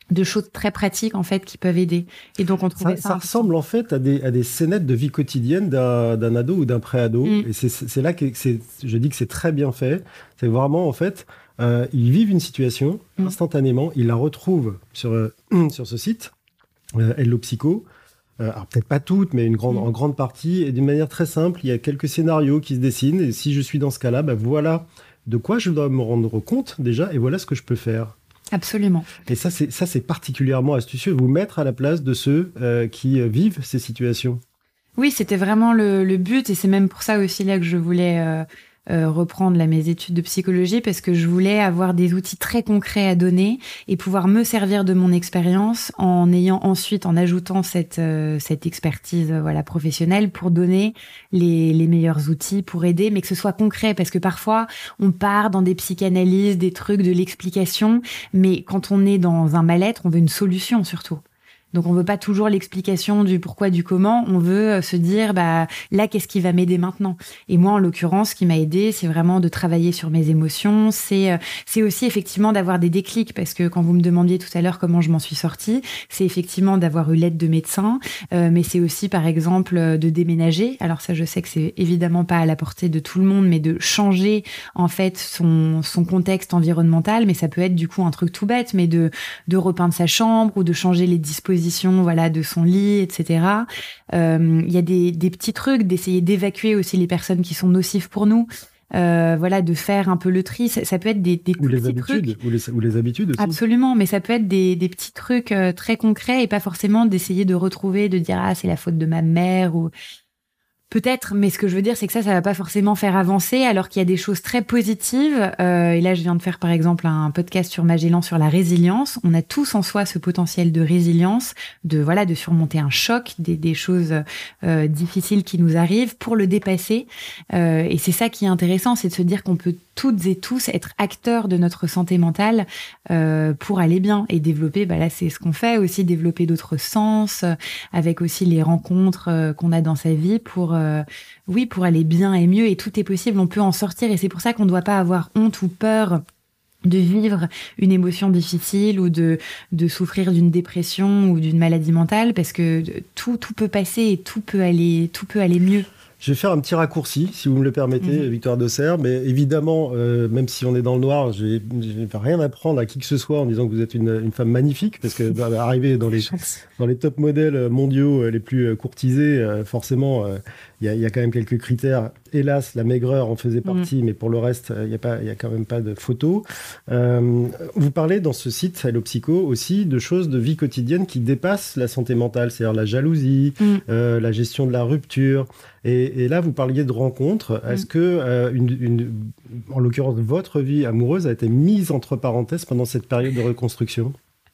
de choses très pratiques en fait qui peuvent aider. Et donc on trouvait ça, ça. Ça ressemble en fait à des, à des scénettes de vie quotidienne d'un, d'un ado ou d'un pré-ado. Mm. Et c'est, c'est là que c'est, je dis que c'est très bien fait. C'est vraiment en fait, euh, ils vivent une situation mm. instantanément, ils la retrouvent sur, euh, sur ce site, euh, Hello Psycho. Euh, alors peut-être pas toutes, mais une grande, mm. en grande partie. Et d'une manière très simple, il y a quelques scénarios qui se dessinent. Et si je suis dans ce cas-là, ben voilà de quoi je dois me rendre compte déjà, et voilà ce que je peux faire. Absolument. Et ça, c'est, ça, c'est particulièrement astucieux, vous mettre à la place de ceux euh, qui euh, vivent ces situations. Oui, c'était vraiment le, le but, et c'est même pour ça aussi là que je voulais euh, euh, reprendre là, mes études de psychologie, parce que je voulais avoir des outils très concrets à donner et pouvoir me servir de mon expérience en ayant ensuite, en ajoutant cette, euh, cette expertise euh, voilà, professionnelle pour donner les, les meilleurs outils pour aider, mais que ce soit concret, parce que parfois on part dans des psychanalyses, des trucs, de l'explication, mais quand on est dans un mal-être, on veut une solution surtout. Donc on veut pas toujours l'explication du pourquoi, du comment, on veut se dire bah là qu'est-ce qui va m'aider maintenant. Et moi en l'occurrence, ce qui m'a aidé, c'est vraiment de travailler sur mes émotions, c'est c'est aussi effectivement d'avoir des déclics, parce que quand vous me demandiez tout à l'heure comment je m'en suis sortie, c'est effectivement d'avoir eu l'aide de médecins, euh, mais c'est aussi par exemple de déménager. Alors ça, je sais que c'est évidemment pas à la portée de tout le monde, mais de changer en fait son son contexte environnemental, mais ça peut être du coup un truc tout bête, mais de de repeindre sa chambre ou de changer les dispositions voilà, de son lit, et cetera. Il euh, y a des, des petits trucs, d'essayer d'évacuer aussi les personnes qui sont nocives pour nous. Euh, voilà, de faire un peu le tri. Ça, ça peut être des, des ou les petits habitudes, trucs. Ou les, ou les habitudes aussi. Absolument, mais ça peut être des, des petits trucs euh, très concrets et pas forcément d'essayer de retrouver, de dire « Ah, c'est la faute de ma mère » ou... Peut-être, mais ce que je veux dire, c'est que ça, ça va pas forcément faire avancer, alors qu'il y a des choses très positives. Euh, et là, je viens de faire, par exemple, un podcast sur Magellan sur la résilience. On a tous en soi ce potentiel de résilience, de voilà, de surmonter un choc, des, des choses euh, difficiles qui nous arrivent, pour le dépasser. Euh, et c'est ça qui est intéressant, c'est de se dire qu'on peut toutes et tous être acteurs de notre santé mentale euh, pour aller bien et développer. Bah là, c'est ce qu'on fait aussi, développer d'autres sens, euh, avec aussi les rencontres euh, qu'on a dans sa vie pour Euh, oui, pour aller bien et mieux, et tout est possible, on peut en sortir, et c'est pour ça qu'on ne doit pas avoir honte ou peur de vivre une émotion difficile ou de, de souffrir d'une dépression ou d'une maladie mentale, parce que tout, tout peut passer et tout peut aller, tout peut aller mieux. Je vais faire un petit raccourci, si vous me le permettez, mmh. Victoire Dosser. Mais évidemment, euh, même si on est dans le noir, je ne vais rien apprendre à qui que ce soit en disant que vous êtes une, une femme magnifique, parce que bah, arriver dans les, dans les top modèles mondiaux les plus courtisés, euh, forcément, il euh, y, y a quand même quelques critères. Hélas, la maigreur en faisait partie, mmh. mais pour le reste, il n'y a, a quand même pas de photos. Euh, vous parlez dans ce site Hello Psycho aussi de choses de vie quotidienne qui dépassent la santé mentale, c'est-à-dire la jalousie, mmh. euh, la gestion de la rupture. Et, et là, vous parliez de rencontres. Est-ce mmh. que, euh, une, une, en l'occurrence, votre vie amoureuse a été mise entre parenthèses pendant cette période de reconstruction ?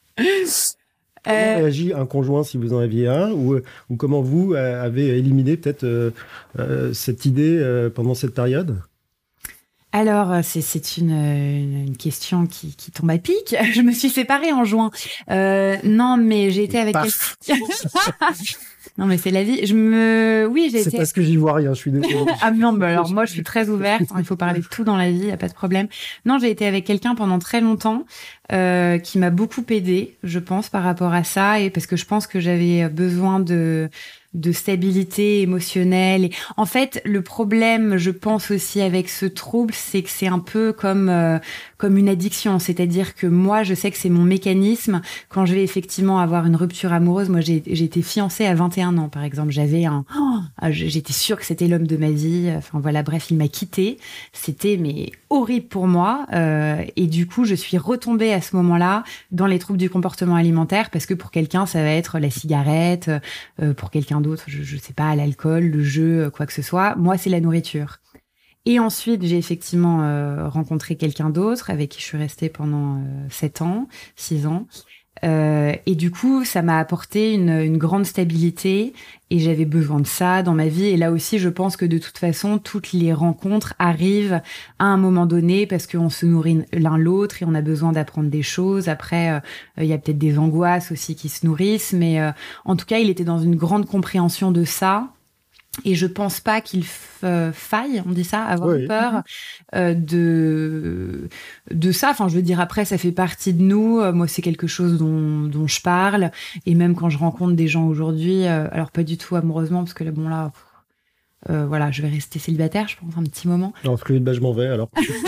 Comment euh... réagit un conjoint si vous en aviez un, ou, ou comment vous euh, avez éliminé peut-être euh, euh, cette idée euh, pendant cette période ? Alors, c'est, c'est une, une question qui, qui tombe à pic. Je me suis séparée en juin. Euh, non, mais j'ai été avec quelqu'un... Non, mais c'est la vie. Je me, oui, j'ai c'est été. C'est parce que j'y vois rien. Je suis désolée. Ah non, bah alors moi, je suis très ouverte. Il faut parler de tout dans la vie, y a pas de problème. Non, j'ai été avec quelqu'un pendant très longtemps, euh, qui m'a beaucoup aidée, je pense, par rapport à ça, et parce que je pense que j'avais besoin de de stabilité émotionnelle. Et en fait, le problème, je pense aussi avec ce trouble, c'est que c'est un peu comme euh, comme une addiction. C'est-à-dire que moi, je sais que c'est mon mécanisme. Quand je vais effectivement avoir une rupture amoureuse, moi, j'ai, j'ai été fiancée à vingt et un ans, par exemple. J'avais un, oh, j'étais sûre que c'était l'homme de ma vie. Enfin voilà, bref, il m'a quittée. C'était mais horrible pour moi. Euh, et du coup, je suis retombée à ce moment-là dans les troubles du comportement alimentaire, parce que pour quelqu'un, ça va être la cigarette, euh, pour quelqu'un d'autres, je, je sais pas, l'alcool, le jeu, quoi que ce soit. Moi, c'est la nourriture. Et ensuite, j'ai effectivement euh, rencontré quelqu'un d'autre avec qui je suis restée pendant sept euh, ans, six ans. Euh, et du coup, ça m'a apporté une, une grande stabilité, et j'avais besoin de ça dans ma vie. Et là aussi, je pense que de toute façon, toutes les rencontres arrivent à un moment donné, parce qu'on se nourrit l'un l'autre et on a besoin d'apprendre des choses. Après, euh, il y a peut-être des angoisses aussi qui se nourrissent, mais euh, en tout cas, il était dans une grande compréhension de ça. Et je pense pas qu'il f- faille, on dit ça, avoir Oui. peur euh, de de ça. Enfin, je veux dire, après, ça fait partie de nous. Euh, moi, c'est quelque chose dont, dont je parle. Et même quand je rencontre des gens aujourd'hui, euh, alors pas du tout amoureusement, parce que là, bon, là, pff, euh, voilà, je vais rester célibataire, je pense, un petit moment. Alors, fluide, bah, je m'en vais, alors.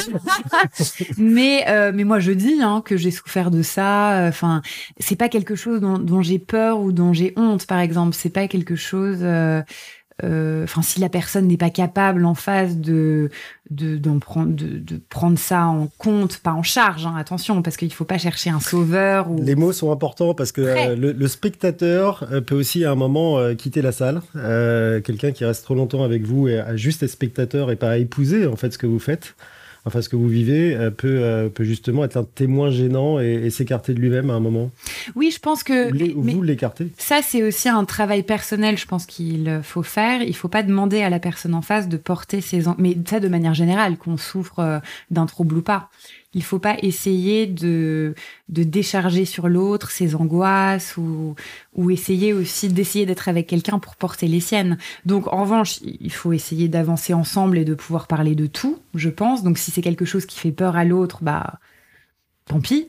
mais euh, mais moi, je dis hein, que j'ai souffert de ça. Enfin, c'est pas quelque chose dont, dont j'ai peur ou dont j'ai honte, par exemple. C'est pas quelque chose. Euh, Enfin, euh, si la personne n'est pas capable en face de de, d'en prendre, de de prendre ça en compte, pas en charge, hein, attention, parce qu'il faut pas chercher un sauveur. Ou... Les mots sont importants parce que euh, le, le spectateur euh, peut aussi à un moment euh, quitter la salle. Euh, quelqu'un qui reste trop longtemps avec vous et a juste être spectateur et pas à épouser en fait ce que vous faites, enfin ce que vous vivez, euh, peut euh, peut justement être un témoin gênant et, et s'écarter de lui-même à un moment. Oui, je pense que Les, mais... vous l'écartez. Ça, c'est aussi un travail personnel, je pense qu'il faut faire. Il faut pas demander à la personne en face de porter ses... En... Mais ça, de manière générale, qu'on souffre euh, d'un trouble ou pas. Il faut pas essayer de, de décharger sur l'autre ses angoisses ou, ou essayer aussi d'essayer d'être avec quelqu'un pour porter les siennes. Donc, en revanche, il faut essayer d'avancer ensemble et de pouvoir parler de tout, je pense. Donc, si c'est quelque chose qui fait peur à l'autre, bah... tant pis,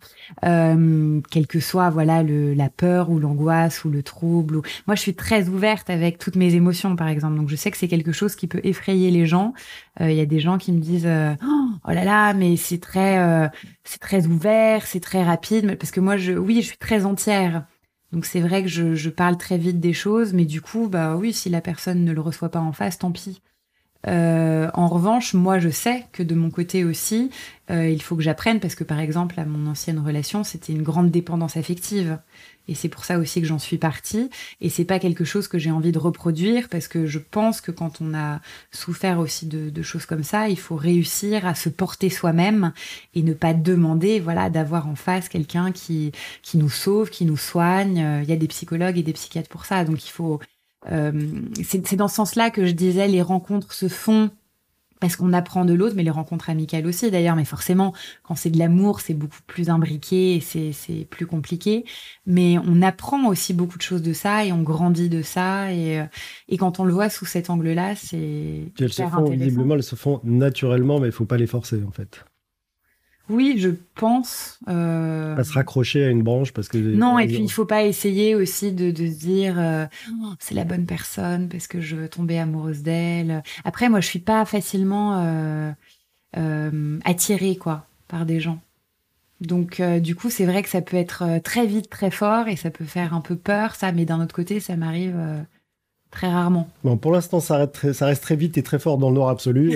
euh, quel que soit voilà le, la peur ou l'angoisse ou le trouble. Ou... Moi, je suis très ouverte avec toutes mes émotions, par exemple. Donc, je sais que c'est quelque chose qui peut effrayer les gens. Il euh, y a des gens qui me disent euh, oh là là, mais c'est très, euh, c'est très ouvert, c'est très rapide. Parce que moi, je, oui, je suis très entière. Donc, c'est vrai que je, je parle très vite des choses, mais du coup, bah oui, si la personne ne le reçoit pas en face, tant pis. Euh, en revanche, moi, je sais que de mon côté aussi, euh, il faut que j'apprenne parce que, par exemple, à mon ancienne relation, c'était une grande dépendance affective. Et c'est pour ça aussi que j'en suis partie. Et c'est pas quelque chose que j'ai envie de reproduire parce que je pense que quand on a souffert aussi de, de choses comme ça, il faut réussir à se porter soi-même et ne pas demander, voilà, d'avoir en face quelqu'un qui, qui nous sauve, qui nous soigne. Il y a des psychologues et des psychiatres pour ça. Donc, il faut... Euh, c'est, c'est dans ce sens-là que je disais les rencontres se font parce qu'on apprend de l'autre, mais les rencontres amicales aussi d'ailleurs, mais forcément quand c'est de l'amour c'est beaucoup plus imbriqué et c'est, c'est plus compliqué, mais on apprend aussi beaucoup de choses de ça et on grandit de ça et, et quand on le voit sous cet angle-là c'est Elles se font visiblement, elles se font naturellement, mais il ne faut pas les forcer en fait. Oui, je pense. Euh... Pas se raccrocher à une branche parce que... Non, et puis il faut pas essayer aussi de, de se dire euh, oh, c'est la bonne personne parce que je veux tomber amoureuse d'elle. Après, moi, je suis pas facilement euh, euh, attirée quoi par des gens. Donc, euh, du coup, c'est vrai que ça peut être très vite, très fort et ça peut faire un peu peur, ça. Mais d'un autre côté, ça m'arrive... Euh... Très rarement. Bon, pour l'instant, ça reste, très, ça reste très vite et très fort dans le noir absolu.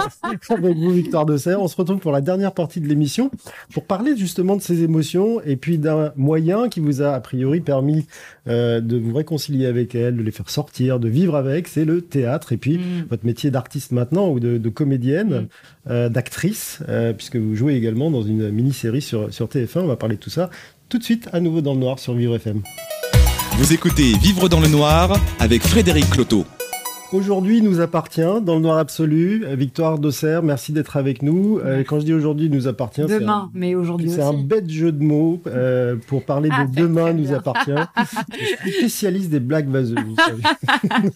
Avec vous, Victoire de Serres. On se retrouve pour la dernière partie de l'émission pour parler justement de ces émotions et puis d'un moyen qui vous a a priori permis euh, de vous réconcilier avec elles, de les faire sortir, de vivre avec. C'est le théâtre et puis mmh. votre métier d'artiste maintenant ou de, de comédienne, mmh. euh, d'actrice, euh, puisque vous jouez également dans une mini-série sur, sur T F un. On va parler de tout ça tout de suite à nouveau dans le noir sur Vivre F M. Vous écoutez Vivre dans le noir avec Frédéric Cloteau. Aujourd'hui nous appartient, dans le noir absolu. Victoire de Serres, merci d'être avec nous. Euh, quand je dis aujourd'hui nous appartient, demain, c'est un, mais aujourd'hui c'est aussi. un bête jeu de mots euh, pour parler de ah, demain nous appartient. Je suis spécialiste des blagues vaseuses. Vous savez.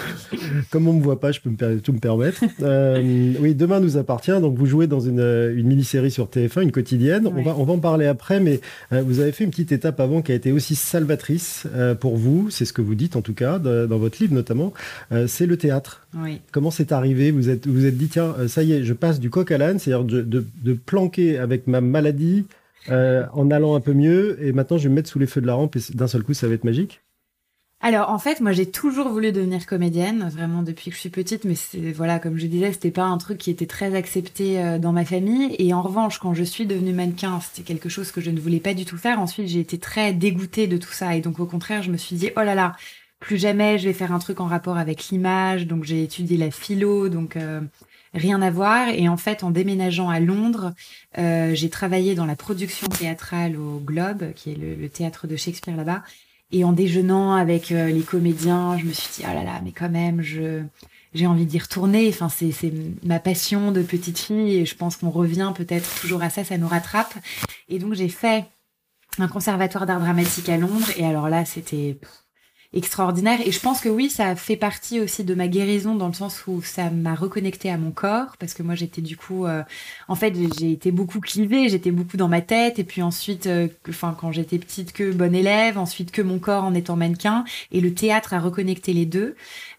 Comme on me voit pas, je peux me tout me permettre. Euh, oui, demain nous appartient. Donc vous jouez dans une, une mini-série sur T F un, une quotidienne. Ouais. On va on va en parler après, mais euh, vous avez fait une petite étape avant qui a été aussi salvatrice euh, pour vous. C'est ce que vous dites en tout cas de, dans votre livre notamment. Euh, c'est le théâtre. Oui. Comment c'est arrivé ? Vous êtes vous êtes dit tiens ça y est, je passe du coq à l'âne, c'est-à-dire de, de, de planquer avec ma maladie euh, en allant un peu mieux et maintenant je vais me mettre sous les feux de la rampe et d'un seul coup ça va être magique. Alors en fait moi j'ai toujours voulu devenir comédienne vraiment depuis que je suis petite, mais c'est, voilà comme je disais c'était pas un truc qui était très accepté euh, dans ma famille et en revanche quand je suis devenue mannequin c'était quelque chose que je ne voulais pas du tout faire. Ensuite j'ai été très dégoûtée de tout ça et donc au contraire je me suis dit oh là là plus jamais je vais faire un truc en rapport avec l'image, donc j'ai étudié la philo, donc euh, rien à voir. Et en fait, en déménageant à Londres, euh, j'ai travaillé dans la production théâtrale au Globe, qui est le, le théâtre de Shakespeare là-bas. Et en déjeunant avec euh, les comédiens, je me suis dit, oh là là, mais quand même, je, j'ai envie d'y retourner. Enfin, c'est, c'est ma passion de petite fille et je pense qu'on revient peut-être toujours à ça, ça nous rattrape. Et donc, j'ai fait un conservatoire d'art dramatique à Londres. Et alors là, c'était... extraordinaire. Et je pense que oui, ça fait partie aussi de ma guérison dans le sens où ça m'a reconnecté à mon corps, parce que moi j'étais du coup, euh, en fait j'ai été beaucoup clivée, j'étais beaucoup dans ma tête, et puis ensuite, euh, enfin quand j'étais petite que bonne élève, ensuite que mon corps en étant mannequin, et le théâtre a reconnecté les deux.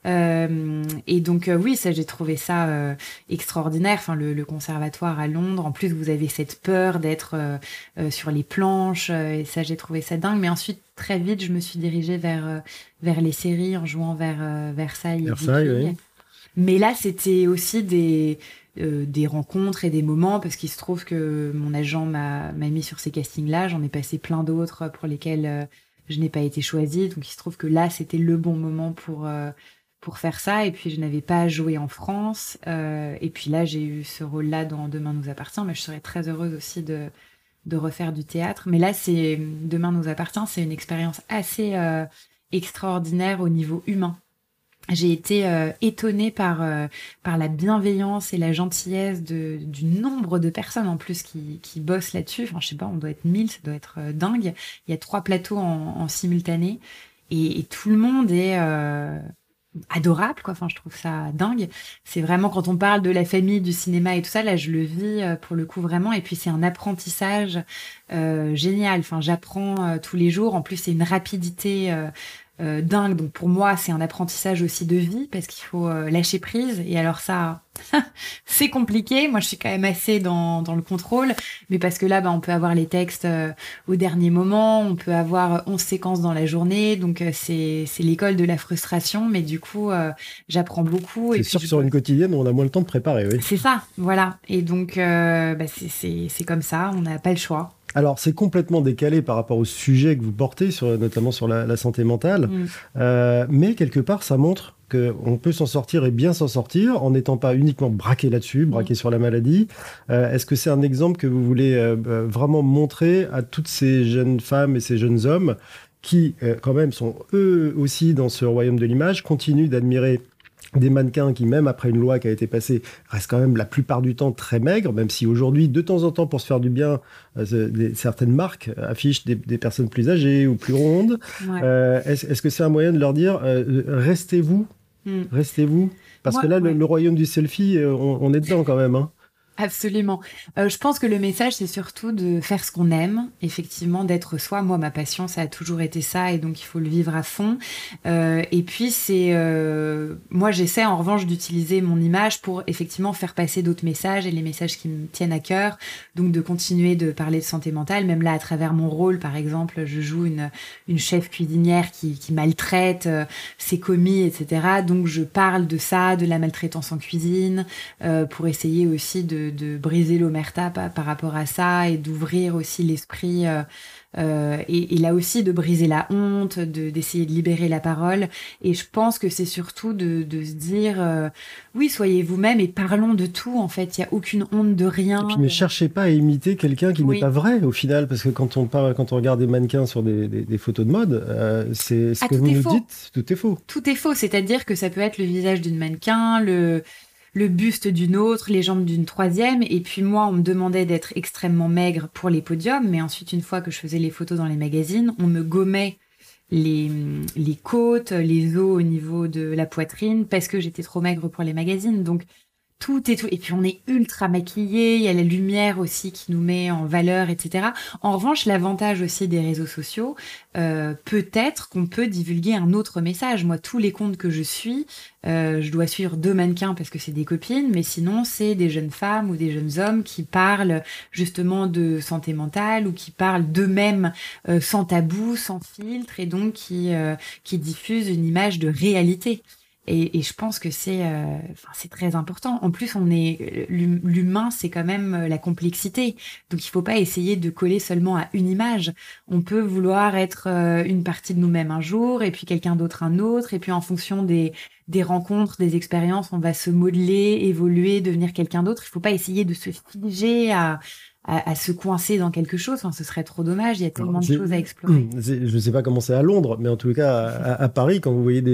Euh, et donc euh, oui, ça j'ai trouvé ça euh, extraordinaire. Enfin le, le conservatoire à Londres, en plus vous avez cette peur d'être euh, euh, sur les planches, euh, et ça j'ai trouvé ça dingue. Mais ensuite très vite je me suis dirigée vers euh, vers les séries en jouant vers euh, Versailles. Versailles, et oui. Mais là c'était aussi des euh, des rencontres et des moments, parce qu'il se trouve que mon agent m'a m'a mis sur ces castings là. J'en ai passé plein d'autres pour lesquels euh, je n'ai pas été choisie. Donc il se trouve que là c'était le bon moment pour euh, pour faire ça. Et puis je n'avais pas joué en France, euh, et puis là j'ai eu ce rôle là dans Demain nous appartient, mais je serais très heureuse aussi de de refaire du théâtre. Mais là c'est Demain nous appartient, c'est une expérience assez euh, extraordinaire au niveau humain. J'ai été euh, étonnée par euh, par la bienveillance et la gentillesse de du nombre de personnes en plus qui qui bossent là-dessus. Enfin je sais pas, on doit être mille, ça doit être euh, dingue. Il y a trois plateaux en, en simultané, et, et tout le monde est euh, adorable, quoi. Enfin, je trouve ça dingue. C'est vraiment, quand on parle de la famille, du cinéma et tout ça, là, je le vis euh, pour le coup vraiment. Et puis, c'est un apprentissage euh, génial. Enfin, j'apprends euh, tous les jours. En plus, c'est une rapidité euh, euh, dingue. Donc, pour moi, c'est un apprentissage aussi de vie, parce qu'il faut euh, lâcher prise. Et alors ça, c'est compliqué. Moi, je suis quand même assez dans, dans le contrôle. Mais parce que là, bah, on peut avoir les textes euh, au dernier moment. On peut avoir onze séquences dans la journée. Donc, euh, c'est, c'est l'école de la frustration. Mais du coup, euh, j'apprends beaucoup. C'est et sûr puis, que sur je... une quotidienne, on a moins le temps de préparer, oui. C'est ça, voilà. Et donc, euh, bah, c'est, c'est, c'est comme ça. On n'a pas le choix. Alors, c'est complètement décalé par rapport au sujet que vous portez, sur, notamment sur la, la santé mentale. Mm. Euh, mais quelque part, ça montre qu'on peut s'en sortir et bien s'en sortir en n'étant pas uniquement braqué là-dessus, braqué mmh. sur la maladie. Euh, est-ce que c'est un exemple que vous voulez euh, vraiment montrer à toutes ces jeunes femmes et ces jeunes hommes qui, euh, quand même, sont eux aussi dans ce royaume de l'image, continuent d'admirer des mannequins qui, même après une loi qui a été passée, restent quand même la plupart du temps très maigres, même si aujourd'hui, de temps en temps, pour se faire du bien, euh, des, certaines marques affichent des, des personnes plus âgées ou plus rondes. Ouais. Euh, est-ce, est-ce que c'est un moyen de leur dire euh, restez-vous, mm. restez-vous, parce Moi, que là, ouais. le, le royaume du selfie, on, on est dedans quand même, hein. Absolument. Euh, je pense que le message, c'est surtout de faire ce qu'on aime, effectivement, d'être soi. Moi, ma passion, ça a toujours été ça, et donc il faut le vivre à fond. Euh, et puis, c'est... Euh... Moi, j'essaie, en revanche, d'utiliser mon image pour, effectivement, faire passer d'autres messages, et les messages qui me tiennent à cœur. Donc, de continuer de parler de santé mentale. Même là, à travers mon rôle, par exemple, je joue une, une chef cuisinière qui, qui maltraite euh, ses commis, et cetera. Donc, je parle de ça, de la maltraitance en cuisine, euh, pour essayer aussi de de briser l'omerta par, par rapport à ça, et d'ouvrir aussi l'esprit euh, euh, et, et là aussi de briser la honte, de, d'essayer de libérer la parole. Et je pense que c'est surtout de, de se dire euh, oui, soyez vous-même et parlons de tout, en fait. Il n'y a aucune honte de rien. Et puis ne cherchez pas à imiter quelqu'un qui oui. n'est pas vrai au final, parce que quand on, parle, quand on regarde des mannequins sur des, des, des photos de mode, euh, c'est ce ah, que vous nous faux. dites, tout est faux. Tout est faux, c'est-à-dire que ça peut être le visage d'une mannequin, le... le buste d'une autre, les jambes d'une troisième. Et puis moi, on me demandait d'être extrêmement maigre pour les podiums. Mais ensuite, une fois que je faisais les photos dans les magazines, on me gommait les, les côtes, les os au niveau de la poitrine, parce que j'étais trop maigre pour les magazines. Donc, tout est tout. Et puis, on est ultra maquillés. Il y a la lumière aussi qui nous met en valeur, et cetera. En revanche, l'avantage aussi des réseaux sociaux, euh, peut-être qu'on peut divulguer un autre message. Moi, tous les comptes que je suis, euh, je dois suivre deux mannequins parce que c'est des copines, mais sinon, c'est des jeunes femmes ou des jeunes hommes qui parlent justement de santé mentale, ou qui parlent d'eux-mêmes euh, sans tabou, sans filtre, et donc qui, euh, qui diffusent une image de réalité. Et, et je pense que c'est, euh, enfin, c'est très important. En plus, on est l'humain, c'est quand même la complexité. Donc, il faut pas essayer de coller seulement à une image. On peut vouloir être euh, une partie de nous-mêmes un jour, et puis quelqu'un d'autre un autre, et puis en fonction des des rencontres, des expériences, on va se modeler, évoluer, devenir quelqu'un d'autre. Il faut pas essayer de se figer à À, à se coincer dans quelque chose. Enfin, ce serait trop dommage. Il y a tellement Alors, de choses à explorer. Je ne sais pas comment c'est à Londres, mais en tout cas, à, à Paris, quand vous voyez des,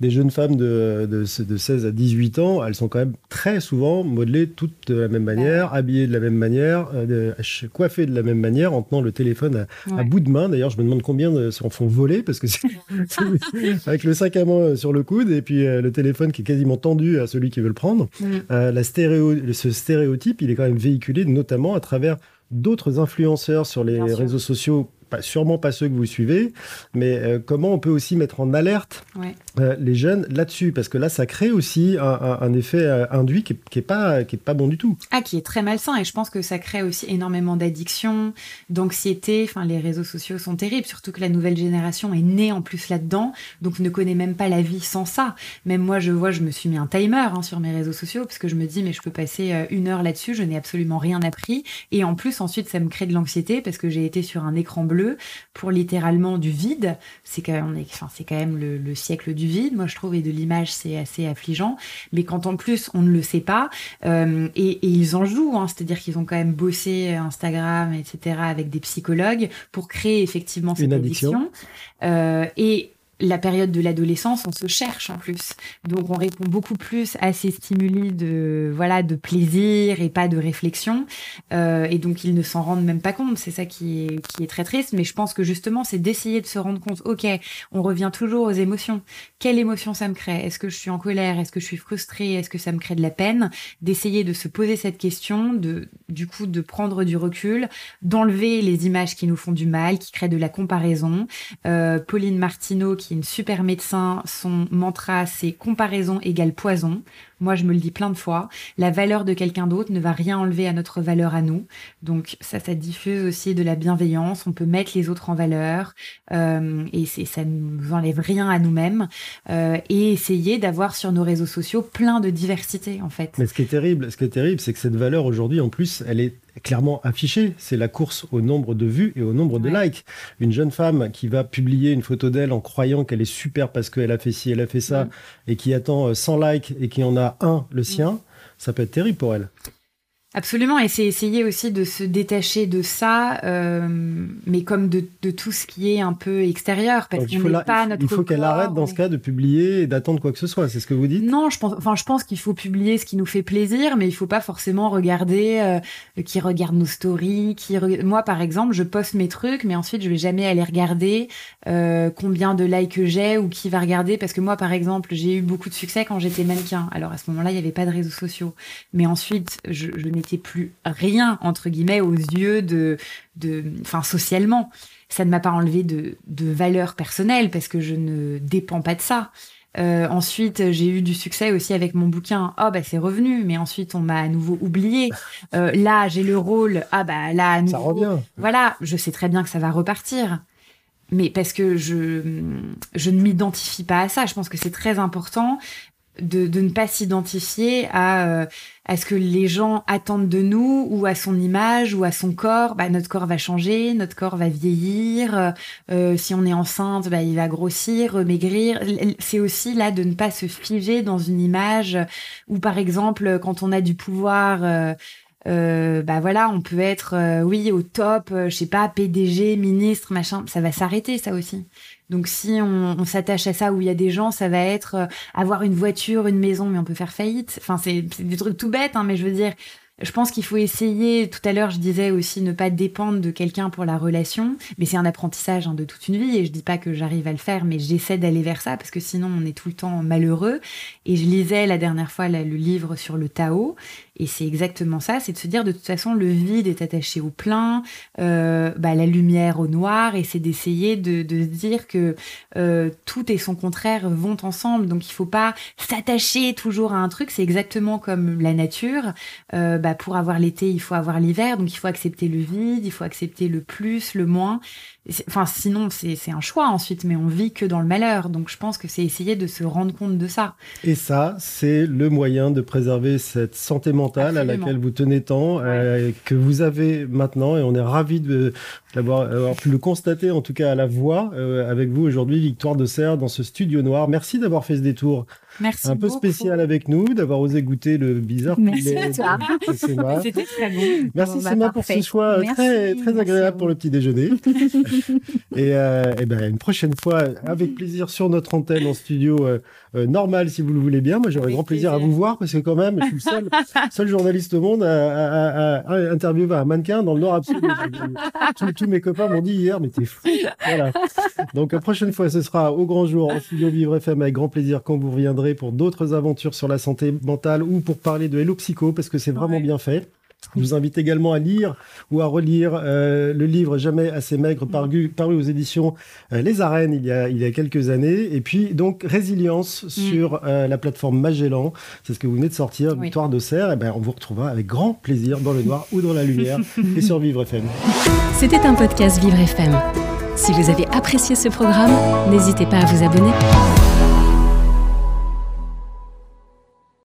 des jeunes femmes de, de, de seize à dix-huit ans, elles sont quand même très souvent modelées toutes de la même manière, habillées de la même manière, euh, coiffées de la même manière, en tenant le téléphone à, ouais. à bout de main. D'ailleurs, je me demande combien de, s'en font voler, parce que c'est, c'est avec le sac à main sur le coude, et puis euh, le téléphone qui est quasiment tendu à celui qui veut le prendre. Mm. Euh, la stéréo, ce stéréotype, il est quand même véhiculé notamment à travers d'autres influenceurs sur les Bien réseaux sûr. sociaux, pas, sûrement pas ceux que vous suivez, mais euh, comment on peut aussi mettre en alerte ouais. euh, les jeunes là-dessus, parce que là, ça crée aussi un, un, un effet euh, induit qui n'est qui est pas, qui est pas bon du tout. Ah, qui est très malsain, et je pense que ça crée aussi énormément d'addiction, d'anxiété. Enfin, les réseaux sociaux sont terribles, surtout que la nouvelle génération est née en plus là-dedans, donc ne connaît même pas la vie sans ça. Même moi, je vois, je me suis mis un timer hein, sur mes réseaux sociaux, parce que je me dis, mais je peux passer euh, une heure là-dessus, je n'ai absolument rien appris, et en plus, ensuite, ça me crée de l'anxiété, parce que j'ai été sur un écran bleu pour littéralement du vide. C'est quand même, enfin, c'est quand même le, le siècle du vide, moi je trouve, et de l'image, c'est assez affligeant. Mais quand en plus on ne le sait pas, euh, et, et ils en jouent, hein, c'est-à-dire qu'ils ont quand même bossé Instagram, et cetera, avec des psychologues pour créer effectivement cette Une addiction. addiction. Euh, et la période de l'adolescence, on se cherche en plus. Donc, on répond beaucoup plus à ces stimuli de, voilà, de plaisir et pas de réflexion. Euh, et donc, ils ne s'en rendent même pas compte. C'est ça qui est, qui est très triste. Mais je pense que justement, c'est d'essayer de se rendre compte. OK, on revient toujours aux émotions. Quelle émotion ça me crée ? Est-ce que je suis en colère ? Est-ce que je suis frustrée ? Est-ce que ça me crée de la peine ? D'essayer de se poser cette question, de, du coup, de prendre du recul, d'enlever les images qui nous font du mal, qui créent de la comparaison. Euh, Pauline Martineau, qui une super médecin, son mantra c'est comparaison égale poison. Moi je me le dis plein de fois, la valeur de quelqu'un d'autre ne va rien enlever à notre valeur à nous, donc ça ça diffuse aussi de la bienveillance, on peut mettre les autres en valeur euh, et c'est, ça ne nous enlève rien à nous-mêmes euh, et essayer d'avoir sur nos réseaux sociaux plein de diversité en fait. Mais ce qui est terrible, ce qui est terrible c'est que cette valeur aujourd'hui en plus elle est clairement affichée, c'est la course au nombre de vues et au nombre de ouais. likes. Une jeune femme qui va publier une photo d'elle en croyant qu'elle est super parce qu'elle a fait ci, elle a fait ça, mmh. et qui attend cent likes et qui en a un, le sien, mmh. ça peut être terrible pour elle. Absolument, et c'est essayer aussi de se détacher de ça, euh, mais comme de, de tout ce qui est un peu extérieur, parce qu'on n'est pas notre Il faut corps, qu'elle arrête dans ce cas de publier et d'attendre quoi que ce soit, c'est ce que vous dites ? Non, je pense, enfin, je pense qu'il faut publier ce qui nous fait plaisir, mais il faut pas forcément regarder euh, qui regarde nos stories, qui re... Moi, par exemple, je poste mes trucs, mais ensuite, je vais jamais aller regarder euh, combien de likes j'ai ou qui va regarder, parce que moi, par exemple, j'ai eu beaucoup de succès quand j'étais mannequin. Alors, à ce moment-là, il y avait pas de réseaux sociaux. Mais ensuite, je, je n'ai n'était plus rien, entre guillemets, aux yeux de, de, enfin, socialement. Ça ne m'a pas enlevé de, de valeur personnelle parce que je ne dépends pas de ça. Euh, ensuite, j'ai eu du succès aussi avec mon bouquin. Oh, bah, c'est revenu. Mais ensuite, on m'a à nouveau oublié. Euh, là, j'ai le rôle. Ah, bah, là, à nouveau. Ça revient. Voilà. Je sais très bien que ça va repartir. Mais parce que je, je ne m'identifie pas à ça. Je pense que c'est très important de, de ne pas s'identifier à, euh, à ce que les gens attendent de nous ou à son image ou à son corps. Bah, notre corps va changer, notre corps va vieillir. Euh, si on est enceinte, bah, il va grossir, maigrir. C'est aussi là de ne pas se figer dans une image où, par exemple, quand on a du pouvoir... Euh, Euh, bah voilà, on peut être euh, oui au top, euh, je sais pas, P D G, ministre, machin, ça va s'arrêter ça aussi. Donc si on, on s'attache à ça où il y a des gens, ça va être euh, avoir une voiture, une maison, mais on peut faire faillite. Enfin c'est, c'est des trucs tout bêtes, hein, mais je veux dire, je pense qu'il faut essayer. Tout à l'heure, je disais aussi ne pas dépendre de quelqu'un pour la relation, mais c'est un apprentissage hein, de toute une vie. Et je dis pas que j'arrive à le faire, mais j'essaie d'aller vers ça parce que sinon on est tout le temps malheureux. Et je lisais la dernière fois là, le livre sur le Tao. Et c'est exactement ça, c'est de se dire de toute façon le vide est attaché au plein, euh, bah, la lumière au noir, et c'est d'essayer de, de se dire que euh, tout et son contraire vont ensemble. Donc il faut pas s'attacher toujours à un truc, c'est exactement comme la nature. Euh, bah, pour avoir l'été, il faut avoir l'hiver, donc il faut accepter le vide, il faut accepter le plus, le moins. Enfin, sinon, c'est, c'est un choix ensuite, mais on vit que dans le malheur. Donc, je pense que c'est essayer de se rendre compte de ça. Et ça, c'est le moyen de préserver cette santé mentale Absolument. À laquelle vous tenez tant, ouais. euh, que vous avez maintenant. Et on est ravis de l'avoir avoir pu le constater, en tout cas à la voix, euh, avec vous aujourd'hui, Victoire de Serres, dans ce studio noir. Merci d'avoir fait ce détour Merci un peu beaucoup. spécial avec nous, d'avoir osé goûter le bizarre Merci poulet à toi. de Sema. C'était très bon. Merci Bon, bah, Sema pour parfait. ce choix Merci, très, très merci agréable à pour vous. le petit déjeuner. et euh, et ben, une prochaine fois, avec plaisir sur notre antenne en studio euh, euh, normal, si vous le voulez bien. Moi, j'aurais Avec grand plaisir, plaisir. à vous voir parce que quand même, je suis le seul, seul journaliste au monde à, à, à, à interviewer un mannequin dans le Nord absolu. tous, tous mes copains m'ont dit hier, mais t'es fou. Voilà. Donc, la prochaine fois, ce sera au grand jour en studio Vivre F M avec grand plaisir quand vous reviendrez pour d'autres aventures sur la santé mentale ou pour parler de Hello Psycho parce que c'est vraiment Ouais. bien fait. Je vous invite également à lire ou à relire euh, le livre Jamais assez maigre paru, paru aux éditions euh, Les Arènes il y, a, il y a quelques années. Et puis donc Résilience sur euh, la plateforme Magellan. C'est ce que vous venez de sortir, Oui. Victoire d'Auxerre. Et ben, on vous retrouvera avec grand plaisir dans le noir ou dans la lumière et sur Vivre F M. C'était un podcast Vivre F M. Si vous avez apprécié ce programme, n'hésitez pas à vous abonner.